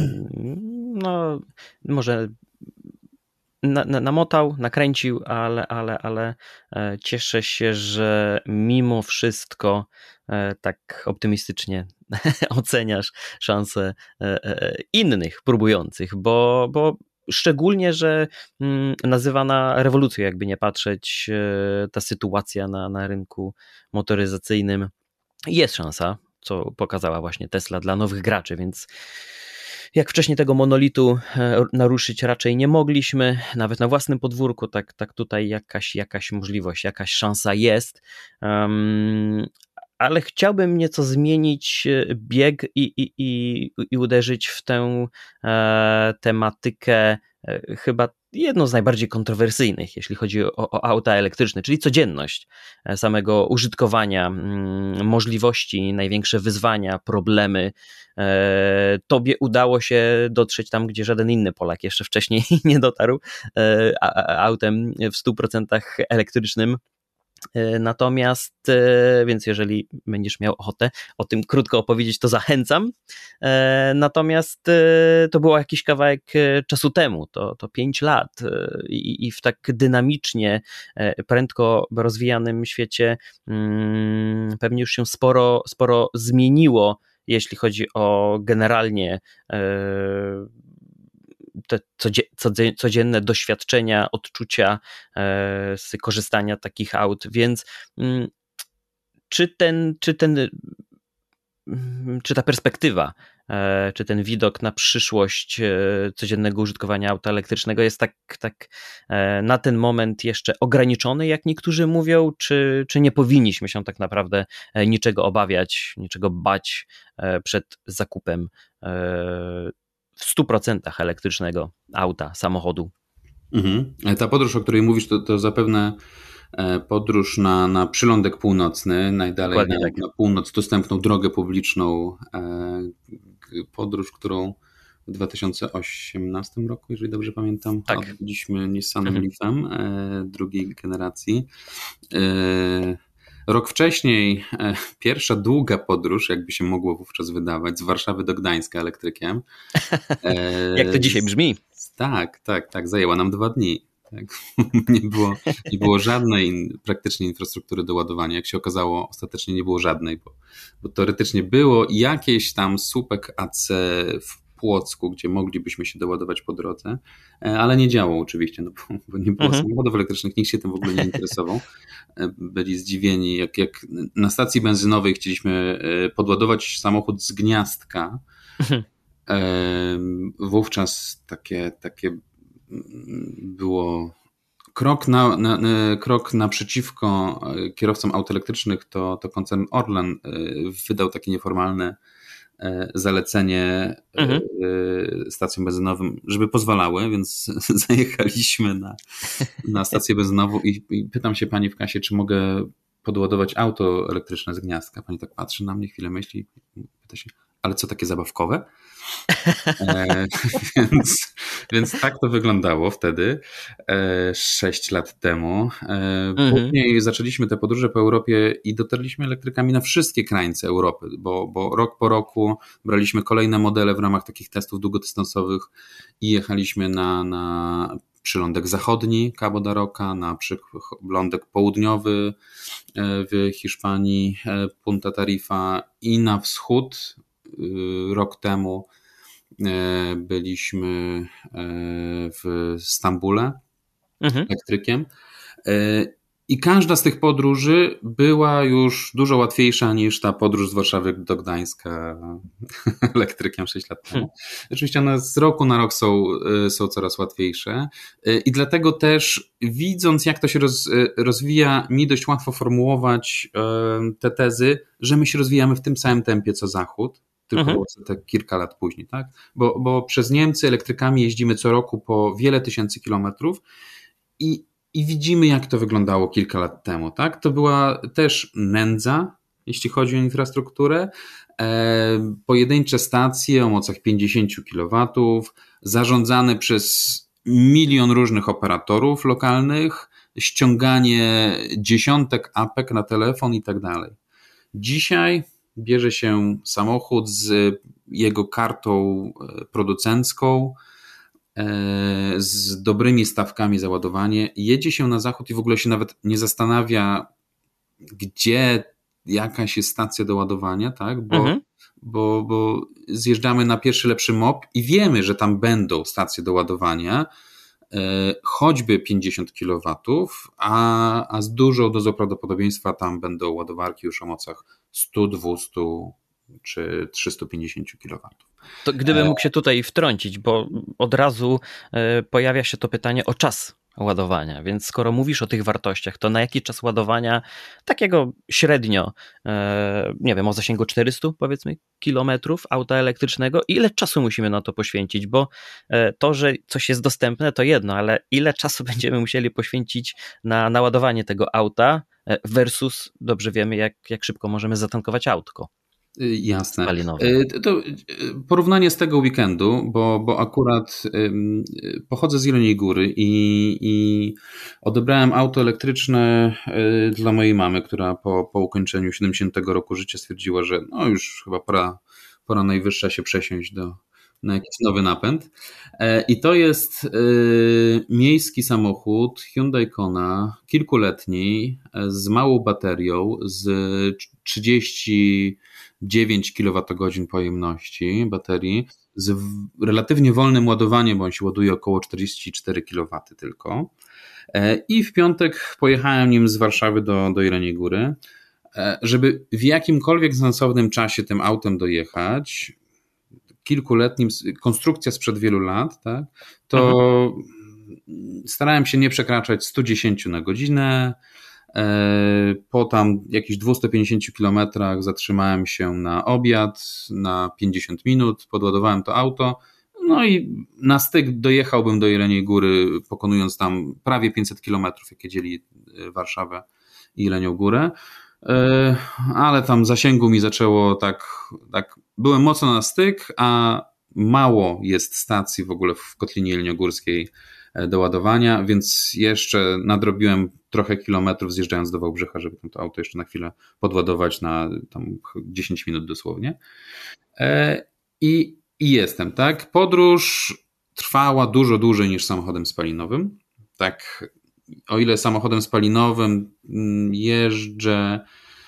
no może na, na, namotał, nakręcił, ale, ale, ale cieszę się, że mimo wszystko tak optymistycznie oceniasz szanse innych próbujących, bo, bo szczególnie, że nazywana rewolucją, jakby nie patrzeć, ta sytuacja na, na rynku motoryzacyjnym, jest szansa, co pokazała właśnie Tesla dla nowych graczy, więc jak wcześniej tego monolitu naruszyć raczej nie mogliśmy, nawet na własnym podwórku, tak, tak tutaj jakaś, jakaś możliwość, jakaś szansa jest, um, ale chciałbym nieco zmienić bieg i, i, i, i uderzyć w tę e, tematykę e, chyba jedną z najbardziej kontrowersyjnych, jeśli chodzi o, o auta elektryczne, czyli codzienność samego użytkowania, możliwości, największe wyzwania, problemy. Tobie udało się dotrzeć tam, gdzie żaden inny Polak jeszcze wcześniej nie dotarł, autem w stu procentach elektrycznym. Natomiast, więc jeżeli będziesz miał ochotę o tym krótko opowiedzieć, to zachęcam. Natomiast to było jakiś kawałek czasu temu, to, to pięć lat i, i w tak dynamicznie, prędko rozwijanym świecie pewnie już się sporo, sporo zmieniło, jeśli chodzi o generalnie te codzienne doświadczenia, odczucia z korzystania takich aut, więc czy ten, czy ten, czy ta perspektywa, czy ten widok na przyszłość codziennego użytkowania auta elektrycznego jest tak, tak na ten moment jeszcze ograniczony, jak niektórzy mówią, czy, czy nie powinniśmy się tak naprawdę niczego obawiać, niczego bać przed zakupem w stu procentach elektrycznego auta, samochodu. Mhm. Ta podróż, o której mówisz, to, to zapewne podróż na, na przylądek północny, najdalej na, tak. na północ dostępną drogę publiczną, podróż, którą w dwa tysiące osiemnastym roku, jeżeli dobrze pamiętam, tak. odbyliśmy Nissanem mhm. Leafem drugiej generacji. Rok wcześniej pierwsza długa podróż, jakby się mogło wówczas wydawać, z Warszawy do Gdańska elektrykiem. Jak to dzisiaj brzmi? Tak, tak, tak, zajęła nam dwa dni. Tak. Nie było, nie było żadnej praktycznie infrastruktury do ładowania. Jak się okazało, ostatecznie nie było żadnej, bo, bo teoretycznie było jakieś tam słupek A C w Płocku, gdzie moglibyśmy się doładować po drodze, ale nie działało oczywiście, no bo, bo nie było mhm. samochodów elektrycznych, nikt się tym w ogóle nie interesował. Byli zdziwieni, jak, jak na stacji benzynowej chcieliśmy podładować samochód z gniazdka. Mhm. Wówczas takie, takie było krok, na, na, krok naprzeciwko kierowcom aut elektrycznych, to, to koncern Orlen wydał takie nieformalne zalecenie mhm. stacjom benzynowym, żeby pozwalały, więc zajechaliśmy na, na stację benzynową i, i pytam się pani w kasie, czy mogę podładować auto elektryczne z gniazdka. Pani tak patrzy na mnie, chwilę myśli, pyta się, ale co, takie zabawkowe? E, więc, więc tak to wyglądało wtedy, e, sześć lat temu. E, mhm. Później zaczęliśmy te podróże po Europie i dotarliśmy elektrykami na wszystkie krańce Europy, bo, bo rok po roku braliśmy kolejne modele w ramach takich testów długodystansowych i jechaliśmy na, na przylądek zachodni Cabo da Roca, na przylądek południowy w Hiszpanii Punta Tarifa i na wschód. Rok temu byliśmy w Stambule mhm. elektrykiem i każda z tych podróży była już dużo łatwiejsza niż ta podróż z Warszawy do Gdańska elektrykiem sześć lat temu. Hmm. Oczywiście one z roku na rok są, są coraz łatwiejsze i dlatego też widząc jak to się roz, rozwija, mi dość łatwo formułować te tezy, że my się rozwijamy w tym samym tempie co Zachód, tylko mhm. te kilka lat później, tak? Bo, bo przez Niemcy elektrykami jeździmy co roku po wiele tysięcy kilometrów i, i widzimy, jak to wyglądało kilka lat temu, tak? To była też nędza, jeśli chodzi o infrastrukturę. E, pojedyncze stacje o mocach pięćdziesiąt kilowatów, zarządzane przez milion różnych operatorów lokalnych, ściąganie dziesiątek apek na telefon i tak dalej. Dzisiaj bierze się samochód z jego kartą producencką, z dobrymi stawkami za ładowanie, jedzie się na zachód i w ogóle się nawet nie zastanawia, gdzie jakaś jest stacja do ładowania, tak? Bo, mhm. bo, bo zjeżdżamy na pierwszy lepszy mop i wiemy, że tam będą stacje do ładowania, choćby pięćdziesiąt kilowatów, a, a z dużą dozą prawdopodobieństwa tam będą ładowarki już o mocach sto, dwieście czy trzysta pięćdziesiąt kilowatów. To gdybym mógł się tutaj wtrącić, bo od razu pojawia się to pytanie o czas ładowania, więc skoro mówisz o tych wartościach, to na jaki czas ładowania takiego średnio, nie wiem, o zasięgu czterysta powiedzmy kilometrów auta elektrycznego, ile czasu musimy na to poświęcić, bo to, że coś jest dostępne to jedno, ale ile czasu będziemy musieli poświęcić na naładowanie tego auta versus dobrze wiemy jak, jak szybko możemy zatankować autko. Jasne. Spalinowe. To porównanie z tego weekendu, bo, bo akurat pochodzę z Jeleniej Góry i, i odebrałem auto elektryczne dla mojej mamy, która po, po ukończeniu siedemdziesiątego roku życia stwierdziła, że no już chyba pora, pora najwyższa się przesiąść do, na jakiś nowy napęd. I to jest miejski samochód Hyundai Kona, kilkuletni, z małą baterią, z trzydzieści dziewięć kilowatogodzin pojemności baterii, z relatywnie wolnym ładowaniem, bo on się ładuje około czterdzieści cztery kilowatów tylko. I w piątek pojechałem nim z Warszawy do, do Jeleniej Góry, żeby w jakimkolwiek sensownym czasie tym autem dojechać, kilkuletnim, konstrukcja sprzed wielu lat, tak, to mhm. starałem się nie przekraczać sto dziesięć na godzinę. Po tam jakichś dwieście pięćdziesiąt kilometrach zatrzymałem się na obiad na pięćdziesiąt minut, podładowałem to auto, no i na styk dojechałbym do Jeleniej Góry, pokonując tam prawie pięćset kilometrów, jakie dzieli Warszawę i Jelenią Górę, ale tam zasięgu mi zaczęło tak, tak byłem mocno na styk, a mało jest stacji w ogóle w Kotlinie Jeleniogórskiej do ładowania, więc jeszcze nadrobiłem trochę kilometrów zjeżdżając do Wałbrzycha, żeby to auto jeszcze na chwilę podładować na tam dziesięć minut dosłownie. I, i jestem, tak? Podróż trwała dużo dłużej niż samochodem spalinowym. Tak, o ile samochodem spalinowym jeżdżę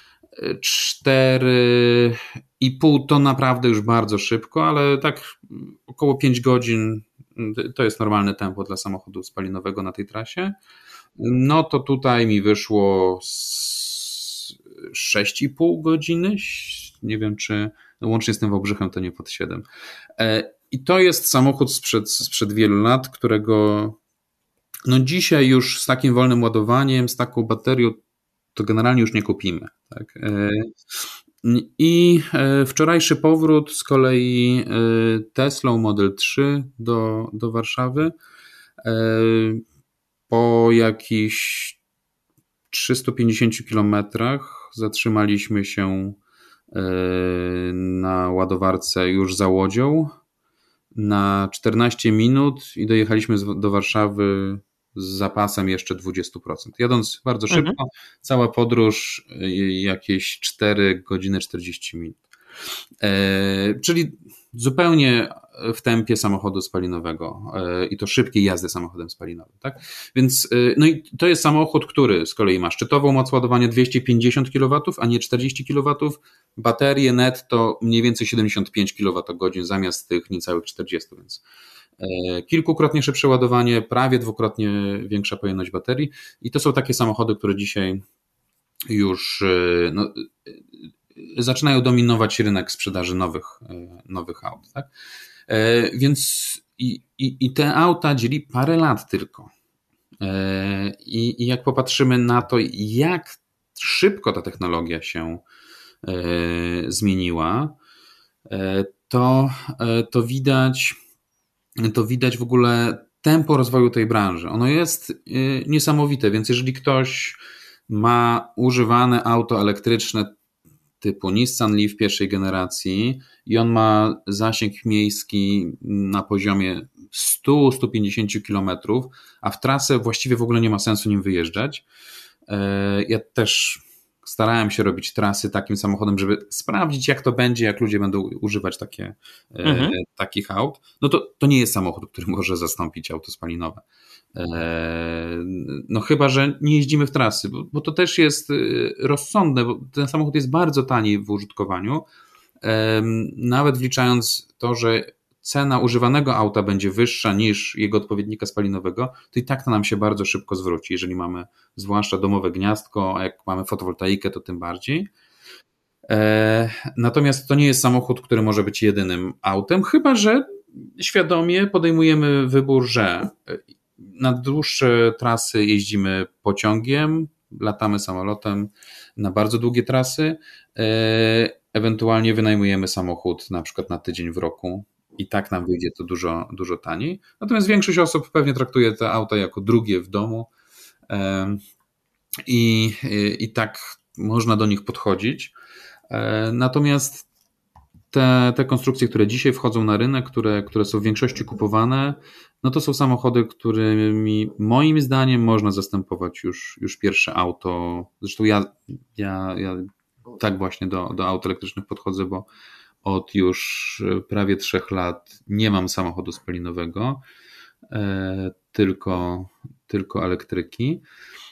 cztery i pół, to naprawdę już bardzo szybko, ale tak około pięć godzin to jest normalne tempo dla samochodu spalinowego na tej trasie. No to tutaj mi wyszło sześć i pół godziny, nie wiem czy no łącznie z tym Wałbrzychem to nie pod siedem. I to jest samochód sprzed, sprzed wielu lat, którego no dzisiaj już z takim wolnym ładowaniem, z taką baterią to generalnie już nie kupimy. Tak? I wczorajszy powrót z kolei Teslą Model trzy do, do Warszawy. Po jakichś trzystu pięćdziesięciu kilometrach zatrzymaliśmy się na ładowarce już za Łodzią na czternaście minut i dojechaliśmy do Warszawy z zapasem jeszcze dwadzieścia procent. Jadąc bardzo szybko, mhm. Cała podróż jakieś cztery godziny czterdzieści minut. E, czyli zupełnie w tempie samochodu spalinowego e, i to szybkiej jazdy samochodem spalinowym. Tak? Więc e, no i to jest samochód, który z kolei ma szczytową moc ładowania dwieście pięćdziesiąt kilowatów, a nie czterdzieści kilowatów. Baterie netto mniej więcej siedemdziesiąt pięć kilowatogodzin zamiast tych niecałych czterdziestu, więc kilkukrotnie szybsze ładowanie, prawie dwukrotnie większa pojemność baterii i to są takie samochody, które dzisiaj już no, zaczynają dominować rynek sprzedaży nowych, nowych aut. Tak? Więc i, i, i te auta dzieli parę lat tylko. I, I jak popatrzymy na to, jak szybko ta technologia się zmieniła, to, to widać to widać w ogóle tempo rozwoju tej branży. Ono jest niesamowite, więc jeżeli ktoś ma używane auto elektryczne typu Nissan Leaf pierwszej generacji i on ma zasięg miejski na poziomie sto do stu pięćdziesięciu kilometrów, a w trasę właściwie w ogóle nie ma sensu nim wyjeżdżać. Ja też starałem się robić trasy takim samochodem, żeby sprawdzić, jak to będzie, jak ludzie będą używać takie, mhm. e, takich aut. No to, to nie jest samochód, który może zastąpić auto spalinowe. E, no chyba, że nie jeździmy w trasy, bo, bo to też jest rozsądne, bo ten samochód jest bardzo tani w użytkowaniu. E, nawet wliczając to, że cena używanego auta będzie wyższa niż jego odpowiednika spalinowego, to i tak to nam się bardzo szybko zwróci, jeżeli mamy zwłaszcza domowe gniazdko, a jak mamy fotowoltaikę, to tym bardziej. E, natomiast to nie jest samochód, który może być jedynym autem, chyba że świadomie podejmujemy wybór, że na dłuższe trasy jeździmy pociągiem, latamy samolotem na bardzo długie trasy, e, ewentualnie wynajmujemy samochód na przykład na tydzień w roku, i tak nam wyjdzie to dużo, dużo taniej. Natomiast większość osób pewnie traktuje te auta jako drugie w domu i, i, i tak można do nich podchodzić. Natomiast te, te konstrukcje, które dzisiaj wchodzą na rynek, które, które są w większości kupowane, no to są samochody, którymi moim zdaniem można zastępować już, już pierwsze auto. Zresztą ja, ja, ja tak właśnie do, do aut elektrycznych podchodzę, bo od już prawie trzech lat nie mam samochodu spalinowego, tylko, tylko elektryki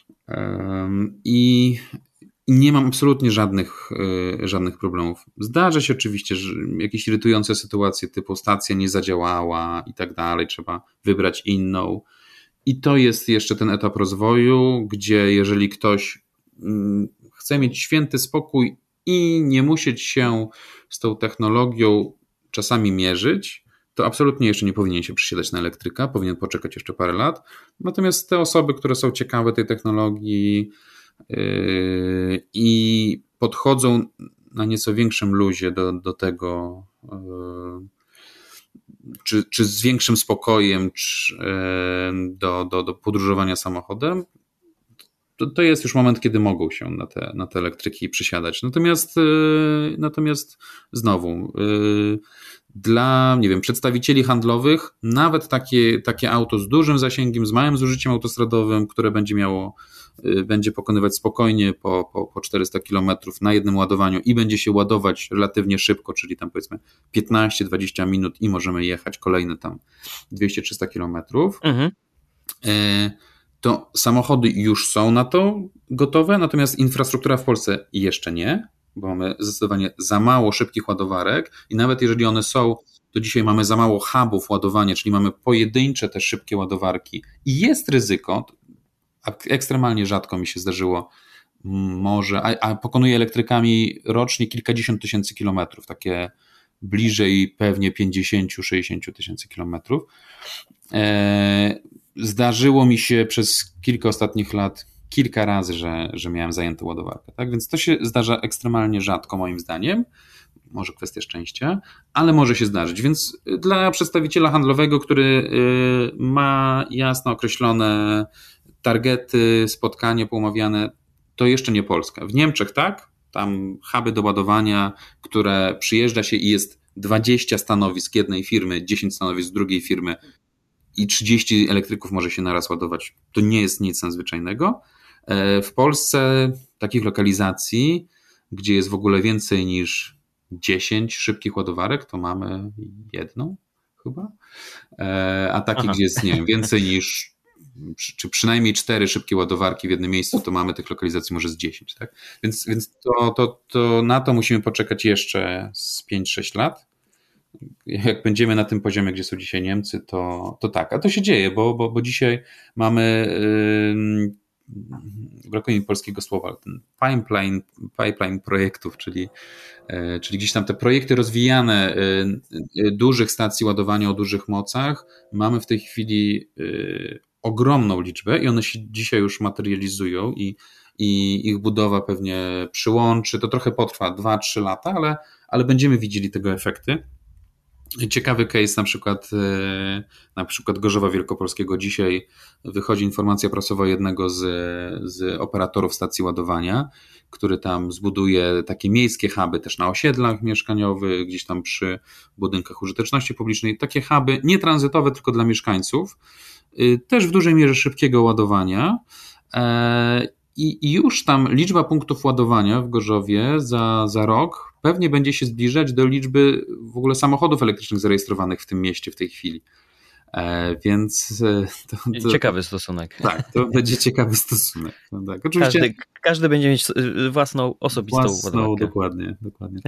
i nie mam absolutnie żadnych, żadnych problemów. Zdarza się oczywiście, że jakieś irytujące sytuacje typu stacja nie zadziałała i tak dalej, trzeba wybrać inną i to jest jeszcze ten etap rozwoju, gdzie jeżeli ktoś chce mieć święty spokój i nie musieć się z tą technologią czasami mierzyć, to absolutnie jeszcze nie powinien się przesiadać na elektryka, powinien poczekać jeszcze parę lat. Natomiast te osoby, które są ciekawe tej technologii yy, i podchodzą na nieco większym luzie do, do tego, yy, czy, czy z większym spokojem czy, yy, do, do, do podróżowania samochodem, To, to jest już moment, kiedy mogą się na te, na te elektryki przysiadać. Natomiast, yy, natomiast znowu, yy, dla, nie wiem, przedstawicieli handlowych, nawet takie, takie auto z dużym zasięgiem, z małym zużyciem autostradowym, które będzie miało, yy, będzie pokonywać spokojnie po, po, po czterysta kilometrów na jednym ładowaniu i będzie się ładować relatywnie szybko, czyli tam powiedzmy piętnaście do dwudziestu minut i możemy jechać kolejne tam dwieście do trzystu kilometrów. Mhm. Yy, to samochody już są na to gotowe, natomiast infrastruktura w Polsce jeszcze nie, bo mamy zdecydowanie za mało szybkich ładowarek i nawet jeżeli one są, to dzisiaj mamy za mało hubów ładowania, czyli mamy pojedyncze te szybkie ładowarki i jest ryzyko, ekstremalnie rzadko mi się zdarzyło, może, a, a pokonuje elektrykami rocznie kilkadziesiąt tysięcy kilometrów, takie bliżej pewnie pięćdziesiąt do sześćdziesięciu tysięcy kilometrów. Zdarzyło mi się przez kilka ostatnich lat kilka razy, że, że miałem zajętą ładowarkę. Tak? Więc to się zdarza ekstremalnie rzadko moim zdaniem. Może kwestia szczęścia, ale może się zdarzyć. Więc dla przedstawiciela handlowego, który ma jasno określone targety, spotkanie poumawiane, to jeszcze nie Polska. W Niemczech tak, tam huby do ładowania, które przyjeżdża się i jest dwadzieścia stanowisk jednej firmy, dziesięć stanowisk drugiej firmy i trzydzieści elektryków może się naraz ładować. To nie jest nic nadzwyczajnego. W Polsce takich lokalizacji, gdzie jest w ogóle więcej niż dziesięć szybkich ładowarek, to mamy jedną chyba, a takich, Aha. gdzie jest nie wiem, więcej niż, czy przynajmniej cztery szybkie ładowarki w jednym miejscu, to mamy tych lokalizacji może z dziesięć, tak? Więc, więc to, to, to na to musimy poczekać jeszcze z pięć sześć lat. Jak będziemy na tym poziomie, gdzie są dzisiaj Niemcy, to, to tak, a to się dzieje, bo, bo, bo dzisiaj mamy yy, brakuje mi polskiego słowa, ten pipeline, pipeline projektów, czyli, czyli gdzieś tam te projekty rozwijane dużych stacji ładowania o dużych mocach. Mamy w tej chwili ogromną liczbę i one się dzisiaj już materializują i, i ich budowa pewnie przyłączy. To trochę potrwa dwa trzy lata, ale, ale będziemy widzieli tego efekty. Ciekawy case na przykład, na przykład Gorzowa Wielkopolskiego. Dzisiaj wychodzi informacja prasowa jednego z, z operatorów stacji ładowania, który tam zbuduje takie miejskie huby też na osiedlach mieszkaniowych, gdzieś tam przy budynkach użyteczności publicznej. Takie huby nie tranzytowe, tylko dla mieszkańców. Też w dużej mierze szybkiego ładowania. I już tam liczba punktów ładowania w Gorzowie za, za rok pewnie będzie się zbliżać do liczby w ogóle samochodów elektrycznych zarejestrowanych w tym mieście w tej chwili. E, więc to, to, ciekawy stosunek. Tak, to będzie ciekawy stosunek. No tak, oczywiście każdy, każdy będzie mieć własną osobistą własną, ładowarkę. Dokładnie, dokładnie.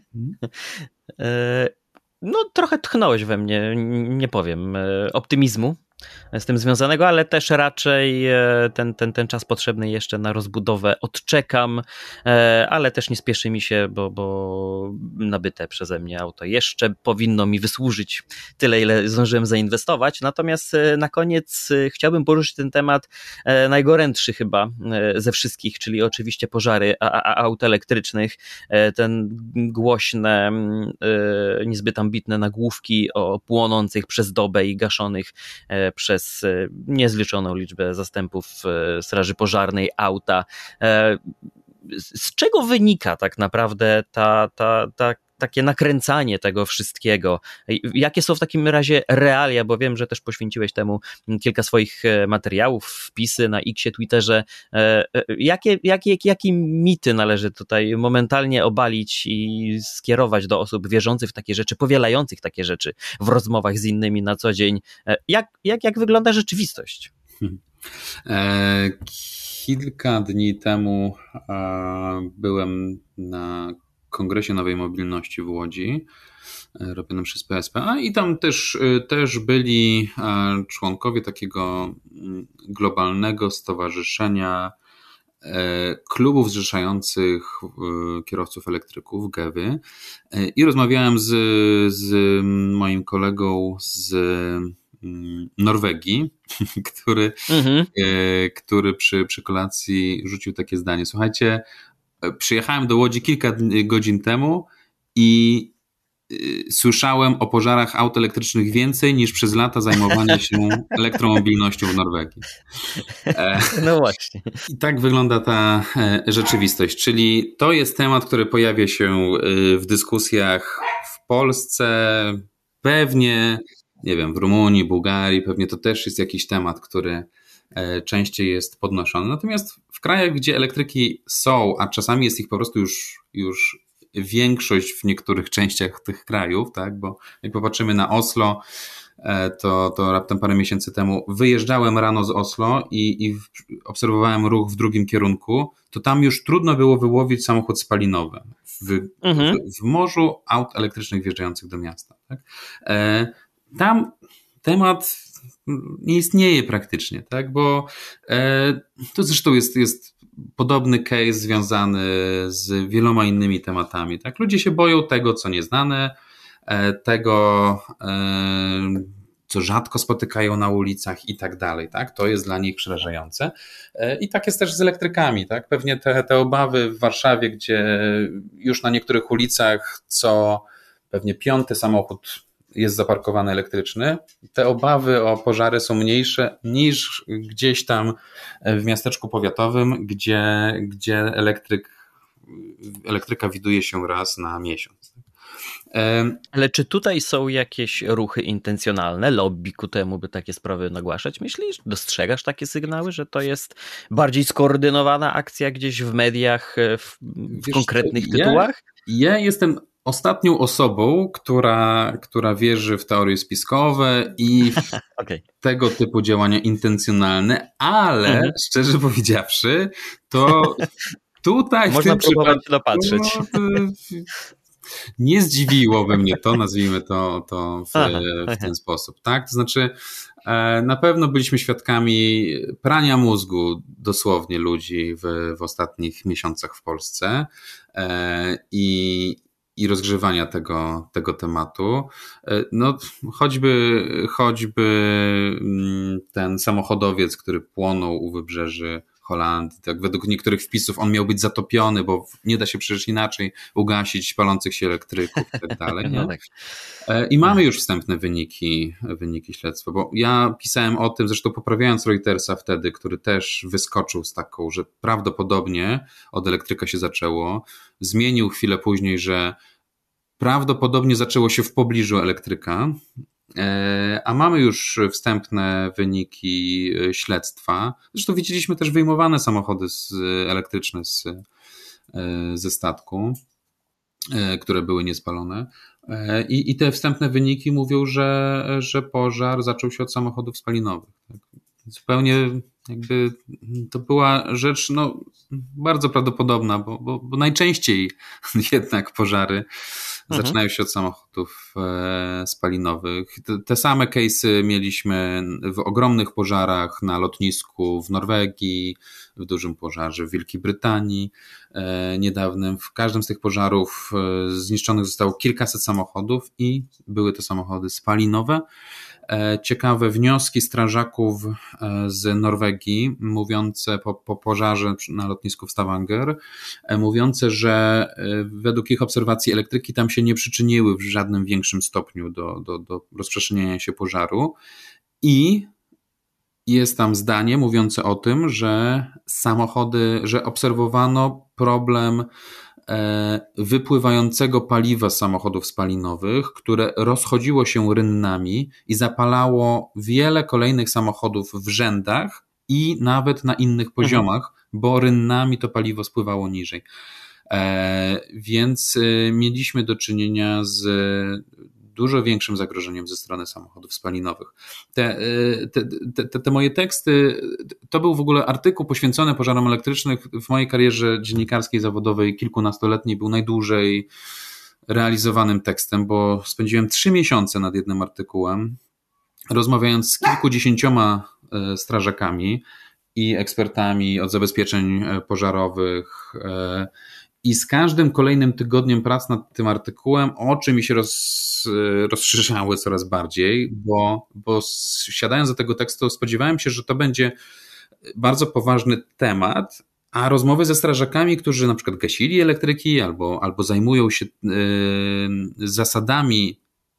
No trochę tchnąłeś we mnie, nie powiem, optymizmu z tym związanego, ale też raczej ten, ten, ten czas potrzebny jeszcze na rozbudowę odczekam, ale też nie spieszy mi się, bo, bo nabyte przeze mnie auto jeszcze powinno mi wysłużyć tyle, ile zdążyłem zainwestować. Natomiast na koniec chciałbym poruszyć ten temat najgorętszy chyba ze wszystkich, czyli oczywiście pożary aut elektrycznych, ten głośne, niezbyt ambitne nagłówki o płonących przez dobę i gaszonych przez niezliczoną liczbę zastępów straży pożarnej auta. Z czego wynika tak naprawdę ta, ta, ta, takie nakręcanie tego wszystkiego? Jakie są w takim razie realia, bo wiem, że też poświęciłeś temu kilka swoich materiałów, wpisy na Xie, Twitterze. Jakie, jakie, jakie mity należy tutaj momentalnie obalić i skierować do osób wierzących w takie rzeczy, powielających takie rzeczy w rozmowach z innymi na co dzień? Jak, jak, jak wygląda rzeczywistość? Hmm. E, kilka dni temu e, byłem na Kongresie Nowej Mobilności w Łodzi, robionym przez P S P, a i tam też, też byli członkowie takiego globalnego stowarzyszenia klubów zrzeszających kierowców elektryków, Gewy, i rozmawiałem z, z moim kolegą z Norwegii, który, mhm. który przy, przy kolacji rzucił takie zdanie: słuchajcie, przyjechałem do Łodzi kilka godzin temu i słyszałem o pożarach aut elektrycznych więcej niż przez lata zajmowania się elektromobilnością w Norwegii. No właśnie. I tak wygląda ta rzeczywistość, czyli to jest temat, który pojawia się w dyskusjach w Polsce, pewnie, nie wiem, w Rumunii, Bułgarii, pewnie to też jest jakiś temat, który częściej jest podnoszony. Natomiast w krajach, gdzie elektryki są, a czasami jest ich po prostu już, już większość w niektórych częściach tych krajów, tak? Bo jak popatrzymy na Oslo, to, to raptem parę miesięcy temu wyjeżdżałem rano z Oslo i, i obserwowałem ruch w drugim kierunku, to tam już trudno było wyłowić samochód spalinowy w, mhm. w, w morzu aut elektrycznych wjeżdżających do miasta. Tak? Tam temat nie istnieje praktycznie, tak? Bo e, to zresztą jest, jest podobny case związany z wieloma innymi tematami, tak? Ludzie się boją tego, co nieznane, e, tego, e, co rzadko spotykają na ulicach i tak dalej, tak? To jest dla nich przerażające. I tak jest też z elektrykami, tak? Pewnie te, te obawy w Warszawie, gdzie już na niektórych ulicach co pewnie piąty samochód jest zaparkowany elektryczny, te obawy o pożary są mniejsze niż gdzieś tam w miasteczku powiatowym, gdzie, gdzie elektryk, elektryka widuje się raz na miesiąc. Ale czy tutaj są jakieś ruchy intencjonalne, lobby ku temu, by takie sprawy nagłaszać? Myślisz? Dostrzegasz takie sygnały, że to jest bardziej skoordynowana akcja gdzieś w mediach, w, w konkretnych co, tytułach? Ja, ja jestem ostatnią osobą, która, która wierzy w teorie spiskowe i w okay. tego typu działania intencjonalne, ale mhm. szczerze powiedziawszy, to tutaj można próbować dopatrzeć. Nie zdziwiłoby mnie to, nazwijmy to, to w, w ten sposób, tak? To znaczy, na pewno byliśmy świadkami prania mózgu dosłownie ludzi w, w ostatnich miesiącach w Polsce i, i rozgrzewania tego, tego tematu. No, choćby, choćby ten samochodowiec, który płonął u wybrzeży Holandii, tak według niektórych wpisów on miał być zatopiony, bo nie da się przecież inaczej ugasić palących się elektryków i tak dalej. No tak. I mamy już wstępne wyniki, wyniki śledztwa, bo ja pisałem o tym, zresztą poprawiając Reutersa wtedy, który też wyskoczył z taką, że prawdopodobnie od elektryka się zaczęło, zmienił chwilę później, że prawdopodobnie zaczęło się w pobliżu elektryka, a mamy już wstępne wyniki śledztwa. Zresztą widzieliśmy też wyjmowane samochody z, elektryczne z, ze statku, które były niespalone. I, i te wstępne wyniki mówią, że, że pożar zaczął się od samochodów spalinowych. Zupełnie jakby to była rzecz no, bardzo prawdopodobna, bo, bo, bo najczęściej jednak pożary mhm. zaczynają się od samochodów e, spalinowych. Te, te same case'y mieliśmy w ogromnych pożarach na lotnisku w Norwegii, w dużym pożarze w Wielkiej Brytanii e, niedawnym. W każdym z tych pożarów e, zniszczonych zostało kilkaset samochodów i były to samochody spalinowe. Ciekawe wnioski strażaków z Norwegii, mówiące po, po pożarze na lotnisku w Stavanger, mówiące, że według ich obserwacji elektryki tam się nie przyczyniły w żadnym większym stopniu do, do, do rozprzestrzeniania się pożaru i jest tam zdanie mówiące o tym, że samochody, że obserwowano problem wypływającego paliwa z samochodów spalinowych, które rozchodziło się rynnami i zapalało wiele kolejnych samochodów w rzędach i nawet na innych poziomach, mhm. bo rynnami to paliwo spływało niżej. E, więc mieliśmy do czynienia z dużo większym zagrożeniem ze strony samochodów spalinowych. Te, te, te, te moje teksty, to był w ogóle artykuł poświęcony pożarom elektrycznym. W mojej karierze dziennikarskiej, zawodowej, kilkunastoletniej, był najdłużej realizowanym tekstem, bo spędziłem trzy miesiące nad jednym artykułem, rozmawiając z kilkudziesięcioma strażakami i ekspertami od zabezpieczeń pożarowych. I z każdym kolejnym tygodniem prac nad tym artykułem oczy mi się roz, rozszerzały coraz bardziej, bo, bo siadając do tego tekstu spodziewałem się, że to będzie bardzo poważny temat, a rozmowy ze strażakami, którzy na przykład gasili elektryki albo, albo zajmują się yy, zasadami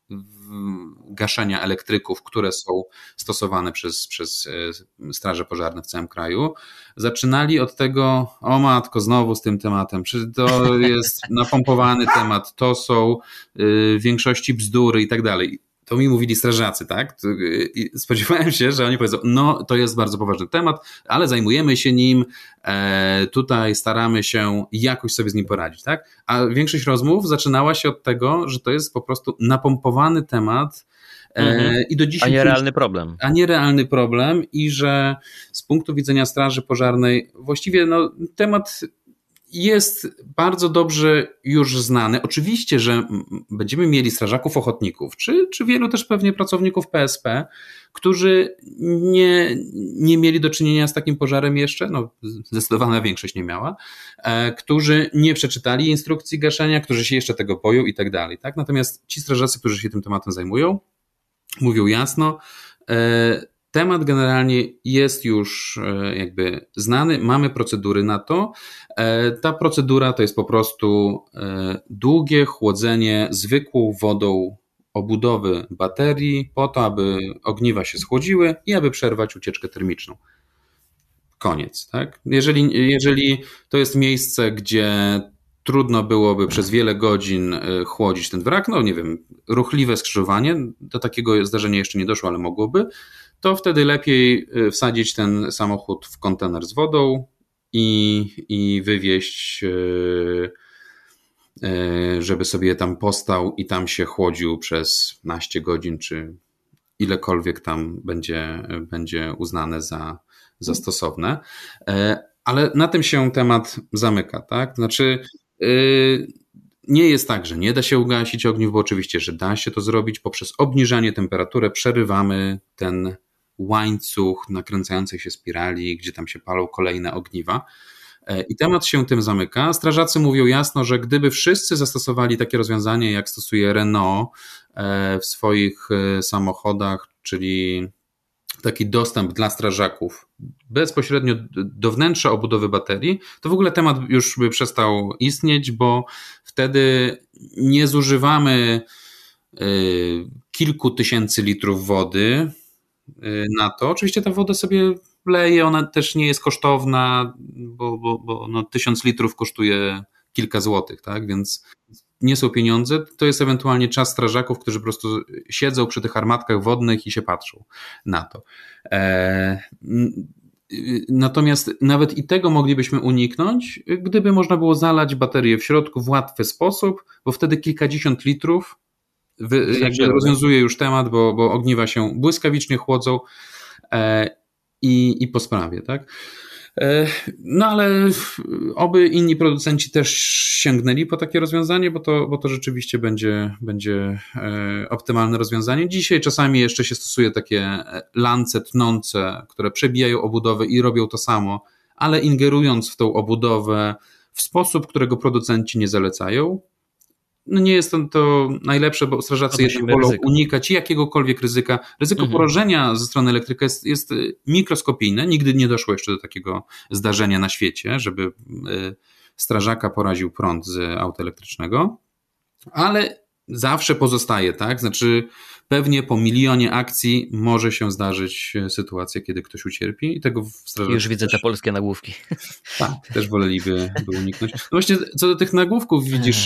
gaszenia elektryków, które są stosowane przez, przez straże pożarne w całym kraju, zaczynali od tego, o matko, znowu z tym tematem, czy to jest napompowany temat, to są w większości bzdury i tak dalej. To mi mówili strażacy, tak? I spodziewałem się, że oni powiedzą, no to jest bardzo poważny temat, ale zajmujemy się nim, e, tutaj staramy się jakoś sobie z nim poradzić, tak? A większość rozmów zaczynała się od tego, że to jest po prostu napompowany temat e, mhm. i do dzisiaj... A nie realny problem. A nie realny problem i że z punktu widzenia straży pożarnej właściwie no, temat jest bardzo dobrze już znany. Oczywiście, że będziemy mieli strażaków ochotników, czy, czy wielu też pewnie pracowników P S P, którzy nie, nie mieli do czynienia z takim pożarem jeszcze, no zdecydowana większość nie miała, e, którzy nie przeczytali instrukcji gaszenia, którzy się jeszcze tego boją i tak dalej. Tak? Natomiast ci strażacy, którzy się tym tematem zajmują, mówią jasno. Temat generalnie jest już jakby znany, mamy procedury na to. Ta procedura to jest po prostu długie chłodzenie zwykłą wodą obudowy baterii po to, aby ogniwa się schłodziły i aby przerwać ucieczkę termiczną. Koniec, tak? Jeżeli, jeżeli to jest miejsce, gdzie trudno byłoby przez wiele godzin chłodzić ten wrak, no nie wiem, ruchliwe skrzyżowanie, do takiego zdarzenia jeszcze nie doszło, ale mogłoby, to wtedy lepiej wsadzić ten samochód w kontener z wodą i, i wywieźć, żeby sobie tam postał i tam się chłodził przez naście godzin, czy ilekolwiek tam będzie, będzie uznane za, za stosowne. Ale na tym się temat zamyka, tak? Znaczy nie jest tak, że nie da się ugasić ogniw, bo oczywiście, że da się to zrobić poprzez obniżanie temperatury, przerywamy ten łańcuch nakręcających się spirali, gdzie tam się palą kolejne ogniwa. I temat się tym zamyka. Strażacy mówią jasno, że gdyby wszyscy zastosowali takie rozwiązanie, jak stosuje Renault w swoich samochodach, czyli taki dostęp dla strażaków bezpośrednio do wnętrza obudowy baterii, to w ogóle temat już by przestał istnieć, bo wtedy nie zużywamy kilku tysięcy litrów wody na to. Oczywiście ta woda sobie leje, ona też nie jest kosztowna, bo, bo, bo no, tysiąc litrów kosztuje kilka złotych, tak? Więc nie są pieniądze, to jest ewentualnie czas strażaków, którzy po prostu siedzą przy tych armatkach wodnych i się patrzą na to. E, natomiast nawet i tego moglibyśmy uniknąć, gdyby można było zalać baterię w środku w łatwy sposób, bo wtedy kilkadziesiąt litrów wy, jakby rozwiązuje już temat, bo, bo ogniwa się błyskawicznie chłodzą e, i, i po sprawie, tak? No ale oby inni producenci też sięgnęli po takie rozwiązanie, bo to, bo to rzeczywiście będzie, będzie optymalne rozwiązanie. Dzisiaj czasami jeszcze się stosuje takie lance tnące, które przebijają obudowę i robią to samo, ale ingerując w tą obudowę w sposób, którego producenci nie zalecają. No nie jest to, to najlepsze, bo strażacy jednak wolą ryzyko. unikać jakiegokolwiek ryzyka. Ryzyko mhm. porażenia ze strony elektryka jest, jest mikroskopijne. Nigdy nie doszło jeszcze do takiego zdarzenia na świecie, żeby strażaka poraził prąd z auta elektrycznego, ale zawsze pozostaje, tak? Znaczy pewnie po milionie akcji może się zdarzyć sytuacja, kiedy ktoś ucierpi i tego w strażacy Już widzę też, te polskie nagłówki. Tak, też woleliby by uniknąć. No właśnie co do tych nagłówków widzisz,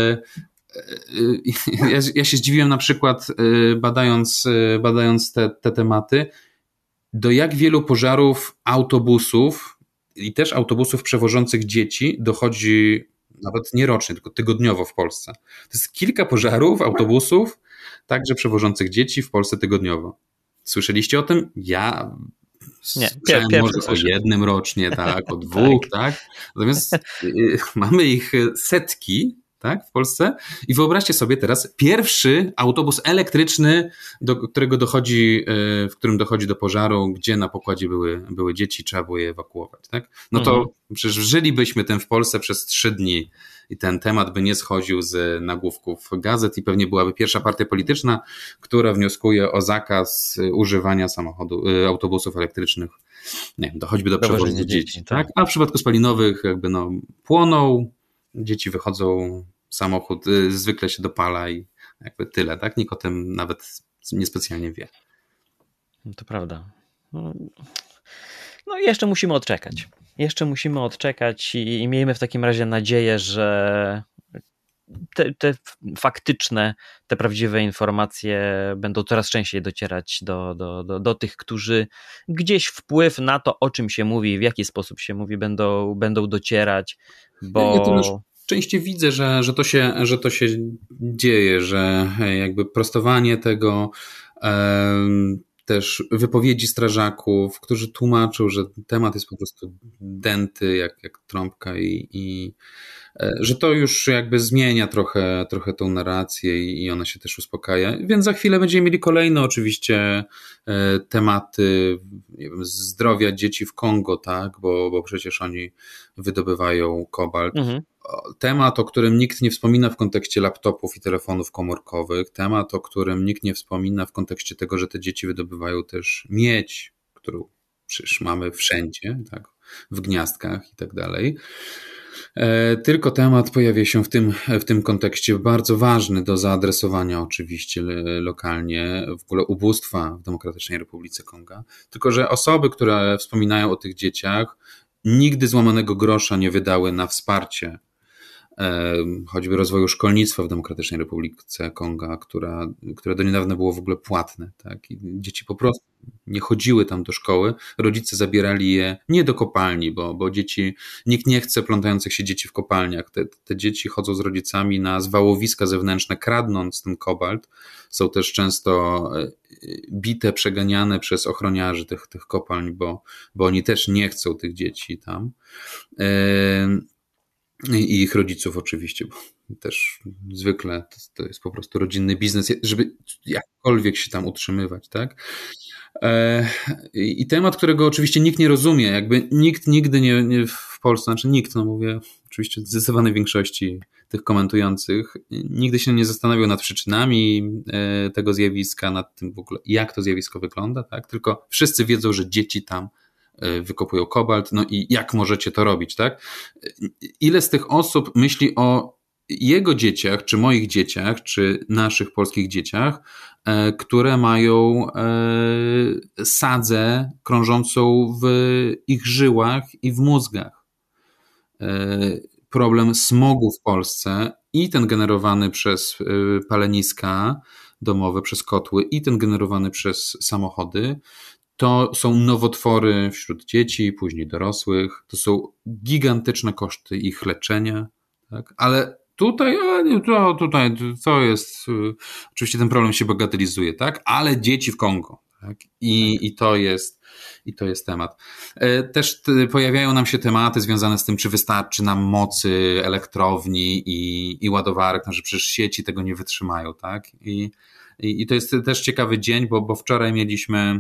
ja, ja się zdziwiłem na przykład badając, badając te, te tematy, do jak wielu pożarów autobusów i też autobusów przewożących dzieci dochodzi nawet nie rocznie, tylko tygodniowo w Polsce. To jest kilka pożarów autobusów, także przewożących dzieci w Polsce tygodniowo. Słyszeliście o tym? Ja nie, słyszałem pier- może o jednym rocznie, tak, o dwóch, tak. Natomiast y, mamy ich setki, tak, w Polsce i wyobraźcie sobie teraz pierwszy autobus elektryczny, do którego dochodzi, y, w którym dochodzi do pożaru, gdzie na pokładzie były, były dzieci, trzeba było je ewakuować, tak. No to mhm. przecież żylibyśmy tym w Polsce przez trzy dni i ten temat by nie schodził z nagłówków gazet i pewnie byłaby pierwsza partia polityczna, która wnioskuje o zakaz używania samochodu, autobusów elektrycznych, nie wiem, do choćby do przewozu dzieci, dzieci tak? A w przypadku spalinowych jakby no płoną, dzieci wychodzą, samochód zwykle się dopala i jakby tyle, tak? Nikt o tym nawet niespecjalnie wie. No to prawda. No, no i jeszcze musimy odczekać. Jeszcze musimy odczekać i, i miejmy w takim razie nadzieję, że te, te faktyczne, te prawdziwe informacje będą coraz częściej docierać do, do, do, do tych, którzy gdzieś wpływ na to, o czym się mówi, w jaki sposób się mówi, będą, będą docierać, bo... Ja to już częściej widzę, że, że, to się, że to się dzieje, że jakby prostowanie tego... Um, też wypowiedzi strażaków, którzy tłumaczą, że temat jest po prostu dęty jak, jak trąbka i, i że to już jakby zmienia trochę, trochę tą narrację i ona się też uspokaja. Więc za chwilę będziemy mieli kolejne oczywiście tematy, nie wiem, zdrowia dzieci w Kongo, tak, bo, bo przecież oni wydobywają kobalt. Mhm. temat, o którym nikt nie wspomina w kontekście laptopów i telefonów komórkowych, temat, o którym nikt nie wspomina w kontekście tego, że te dzieci wydobywają też miedź, którą przecież mamy wszędzie, tak, w gniazdkach i tak dalej. Tylko temat pojawia się w tym, w tym kontekście bardzo ważny do zaadresowania oczywiście lokalnie, w ogóle ubóstwa w Demokratycznej Republice Konga. Tylko że osoby, które wspominają o tych dzieciach, nigdy złamanego grosza nie wydały na wsparcie choćby rozwoju szkolnictwa w Demokratycznej Republice Konga, która, które do niedawna było w ogóle płatne. Tak? I dzieci po prostu nie chodziły tam do szkoły, rodzice zabierali je nie do kopalni, bo, bo dzieci, nikt nie chce plątających się dzieci w kopalniach. Te, te dzieci chodzą z rodzicami na zwałowiska zewnętrzne, kradnąc ten kobalt. Są też często bite, przeganiane przez ochroniarzy tych, tych kopalń, bo, bo oni też nie chcą tych dzieci tam. I ich rodziców oczywiście, bo też zwykle to, to jest po prostu rodzinny biznes, żeby jakkolwiek się tam utrzymywać, tak? I temat, którego oczywiście nikt nie rozumie, jakby nikt nigdy nie, nie w Polsce, znaczy nikt, no mówię oczywiście w zdecydowanej większości tych komentujących, nigdy się nie zastanawiał nad przyczynami tego zjawiska, nad tym w ogóle jak to zjawisko wygląda, tak? Tylko wszyscy wiedzą, że dzieci tam wykopują kobalt, no i jak możecie to robić, tak? Ile z tych osób myśli o jego dzieciach, czy moich dzieciach, czy naszych polskich dzieciach, które mają sadzę krążącą w ich żyłach i w mózgach. Problem smogu w Polsce i ten generowany przez paleniska domowe, przez kotły i ten generowany przez samochody, to są nowotwory wśród dzieci, później dorosłych, to są gigantyczne koszty ich leczenia, tak? Ale tutaj, to, tutaj to jest, oczywiście ten problem się bagatelizuje, tak? Ale dzieci w Kongo, tak? I, i, to jest, i to jest temat. Też pojawiają nam się tematy związane z tym, czy wystarczy nam mocy elektrowni i, i ładowarek, no, że przecież sieci tego nie wytrzymają, tak? I, i, i to jest też ciekawy dzień, bo, bo wczoraj mieliśmy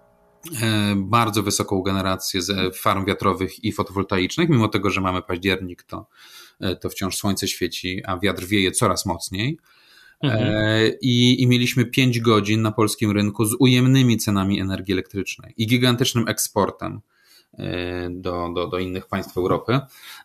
bardzo wysoką generację z farm wiatrowych i fotowoltaicznych, mimo tego, że mamy październik, to, to wciąż słońce świeci, a wiatr wieje coraz mocniej. Mhm. I, I mieliśmy pięć godzin na polskim rynku z ujemnymi cenami energii elektrycznej i gigantycznym eksportem do, do, do innych państw Europy,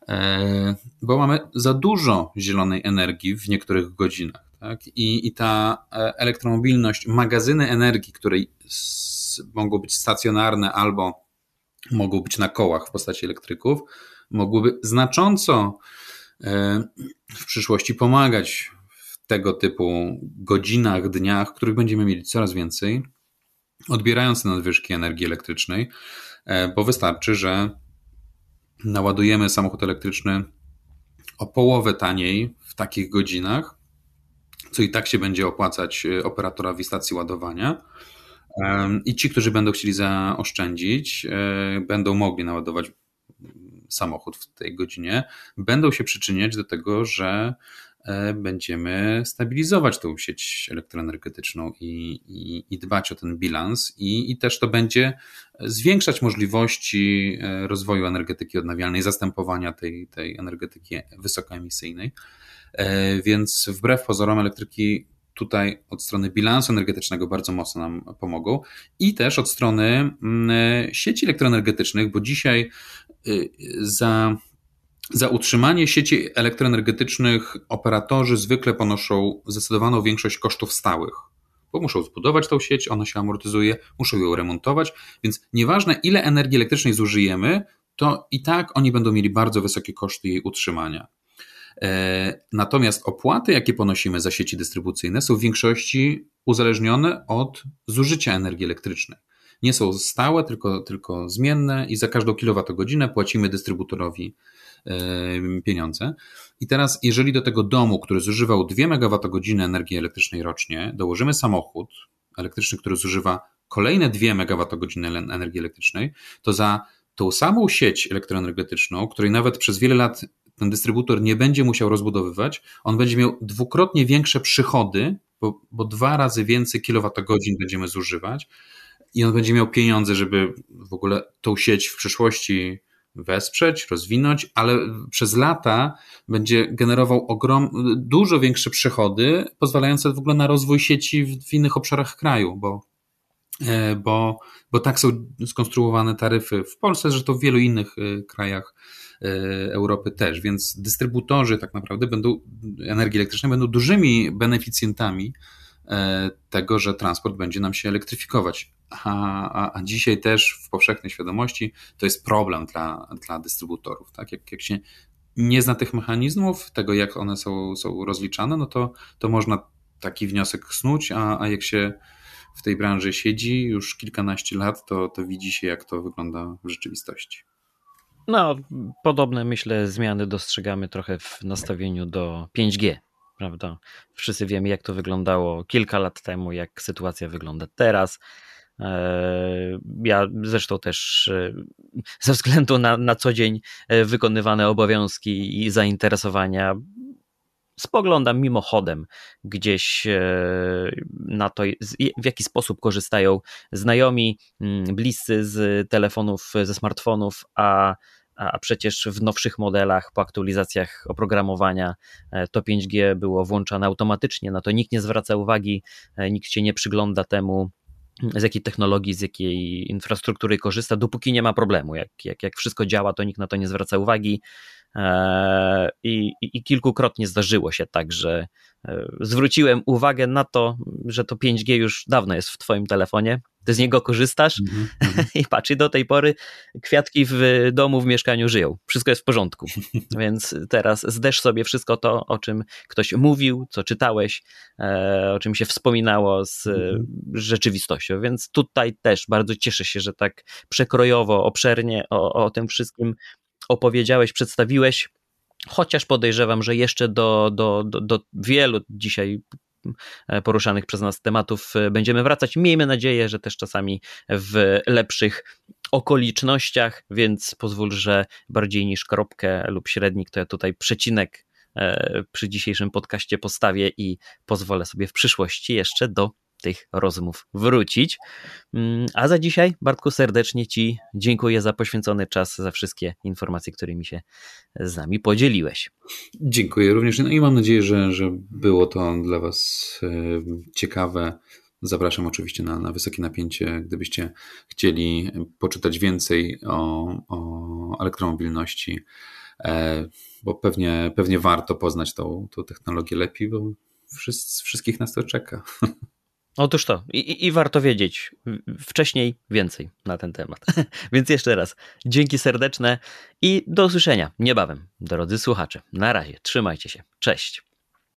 bo mamy za dużo zielonej energii w niektórych godzinach. Tak? I, I ta elektromobilność, magazyny energii, które mogą być stacjonarne albo mogą być na kołach w postaci elektryków, mogłyby znacząco w przyszłości pomagać w tego typu godzinach, dniach, których będziemy mieli coraz więcej, odbierając te nadwyżki energii elektrycznej, bo wystarczy, że naładujemy samochód elektryczny o połowę taniej w takich godzinach, co i tak się będzie opłacać operatorowi stacji ładowania. I ci, którzy będą chcieli zaoszczędzić, będą mogli naładować samochód w tej godzinie, będą się przyczyniać do tego, że będziemy stabilizować tą sieć elektroenergetyczną i, i, i dbać o ten bilans i, i też to będzie zwiększać możliwości rozwoju energetyki odnawialnej, zastępowania tej, tej energetyki wysokoemisyjnej. Więc wbrew pozorom elektryki tutaj od strony bilansu energetycznego bardzo mocno nam pomogą i też od strony sieci elektroenergetycznych, bo dzisiaj za, za utrzymanie sieci elektroenergetycznych operatorzy zwykle ponoszą zdecydowaną większość kosztów stałych, bo muszą zbudować tą sieć, ona się amortyzuje, muszą ją remontować, więc nieważne ile energii elektrycznej zużyjemy, to i tak oni będą mieli bardzo wysokie koszty jej utrzymania. Natomiast opłaty, jakie ponosimy za sieci dystrybucyjne, są w większości uzależnione od zużycia energii elektrycznej. Nie są stałe, tylko, tylko zmienne i za każdą kilowatogodzinę płacimy dystrybutorowi pieniądze. I teraz, jeżeli do tego domu, który zużywał dwie megawatogodziny energii elektrycznej rocznie, dołożymy samochód elektryczny, który zużywa kolejne dwie megawatogodziny energii elektrycznej, to za tą samą sieć elektroenergetyczną, której nawet przez wiele lat ten dystrybutor nie będzie musiał rozbudowywać, on będzie miał dwukrotnie większe przychody, bo, bo dwa razy więcej kilowatogodzin będziemy zużywać i on będzie miał pieniądze, żeby w ogóle tą sieć w przyszłości wesprzeć, rozwinąć, ale przez lata będzie generował ogrom, dużo większe przychody, pozwalające w ogóle na rozwój sieci w, w innych obszarach kraju, bo, bo, bo tak są skonstruowane taryfy w Polsce, że to w wielu innych krajach Europy też, więc dystrybutorzy tak naprawdę będą, energii elektrycznej będą dużymi beneficjentami tego, że transport będzie nam się elektryfikować. A, a, a dzisiaj też w powszechnej świadomości to jest problem dla, dla dystrybutorów. Tak? Jak, jak się nie zna tych mechanizmów, tego jak one są, są rozliczane, no to, to można taki wniosek snuć, a, a jak się w tej branży siedzi już kilkanaście lat, to, to widzi się, jak to wygląda w rzeczywistości. No, podobne, myślę, zmiany dostrzegamy trochę w nastawieniu do pięć G, prawda? Wszyscy wiemy, jak to wyglądało kilka lat temu, jak sytuacja wygląda teraz. Ja zresztą też ze względu na, na co dzień wykonywane obowiązki i zainteresowania spoglądam mimochodem gdzieś na to, w jaki sposób korzystają znajomi, bliscy z telefonów, ze smartfonów, a, a przecież w nowszych modelach, po aktualizacjach oprogramowania to pięć G było włączane automatycznie, na to nikt nie zwraca uwagi, nikt się nie przygląda temu, z jakiej technologii, z jakiej infrastruktury korzysta, dopóki nie ma problemu. Jak, jak, jak wszystko działa, to nikt na to nie zwraca uwagi. I, i, i kilkukrotnie zdarzyło się tak, że zwróciłem uwagę na to, że to pięć G już dawno jest w twoim telefonie, ty z niego korzystasz mm-hmm. i patrz, i do tej pory kwiatki w domu, w mieszkaniu żyją. Wszystko jest w porządku. Więc teraz zderz sobie wszystko to, o czym ktoś mówił, co czytałeś, o czym się wspominało z mm-hmm. rzeczywistością. Więc tutaj też bardzo cieszę się, że tak przekrojowo, obszernie o, o tym wszystkim opowiedziałeś, przedstawiłeś, chociaż podejrzewam, że jeszcze do, do, do, do wielu dzisiaj poruszanych przez nas tematów będziemy wracać. Miejmy nadzieję, że też czasami w lepszych okolicznościach, więc pozwól, że bardziej niż kropkę lub średnik, to ja tutaj przecinek przy dzisiejszym podcaście postawię i pozwolę sobie w przyszłości jeszcze do tych rozmów wrócić. A za dzisiaj, Bartku, serdecznie Ci dziękuję za poświęcony czas, za wszystkie informacje, którymi się z nami podzieliłeś. Dziękuję również, no i mam nadzieję, że, że było to dla Was ciekawe. Zapraszam oczywiście na, na Wysokie Napięcie, gdybyście chcieli poczytać więcej o, o elektromobilności, bo pewnie, pewnie warto poznać tą, tą technologię lepiej, bo wszyscy, wszystkich nas to czeka. Otóż to. I, I warto wiedzieć wcześniej więcej na ten temat. Więc jeszcze raz dzięki serdeczne i do usłyszenia niebawem, drodzy słuchacze. Na razie, trzymajcie się. Cześć.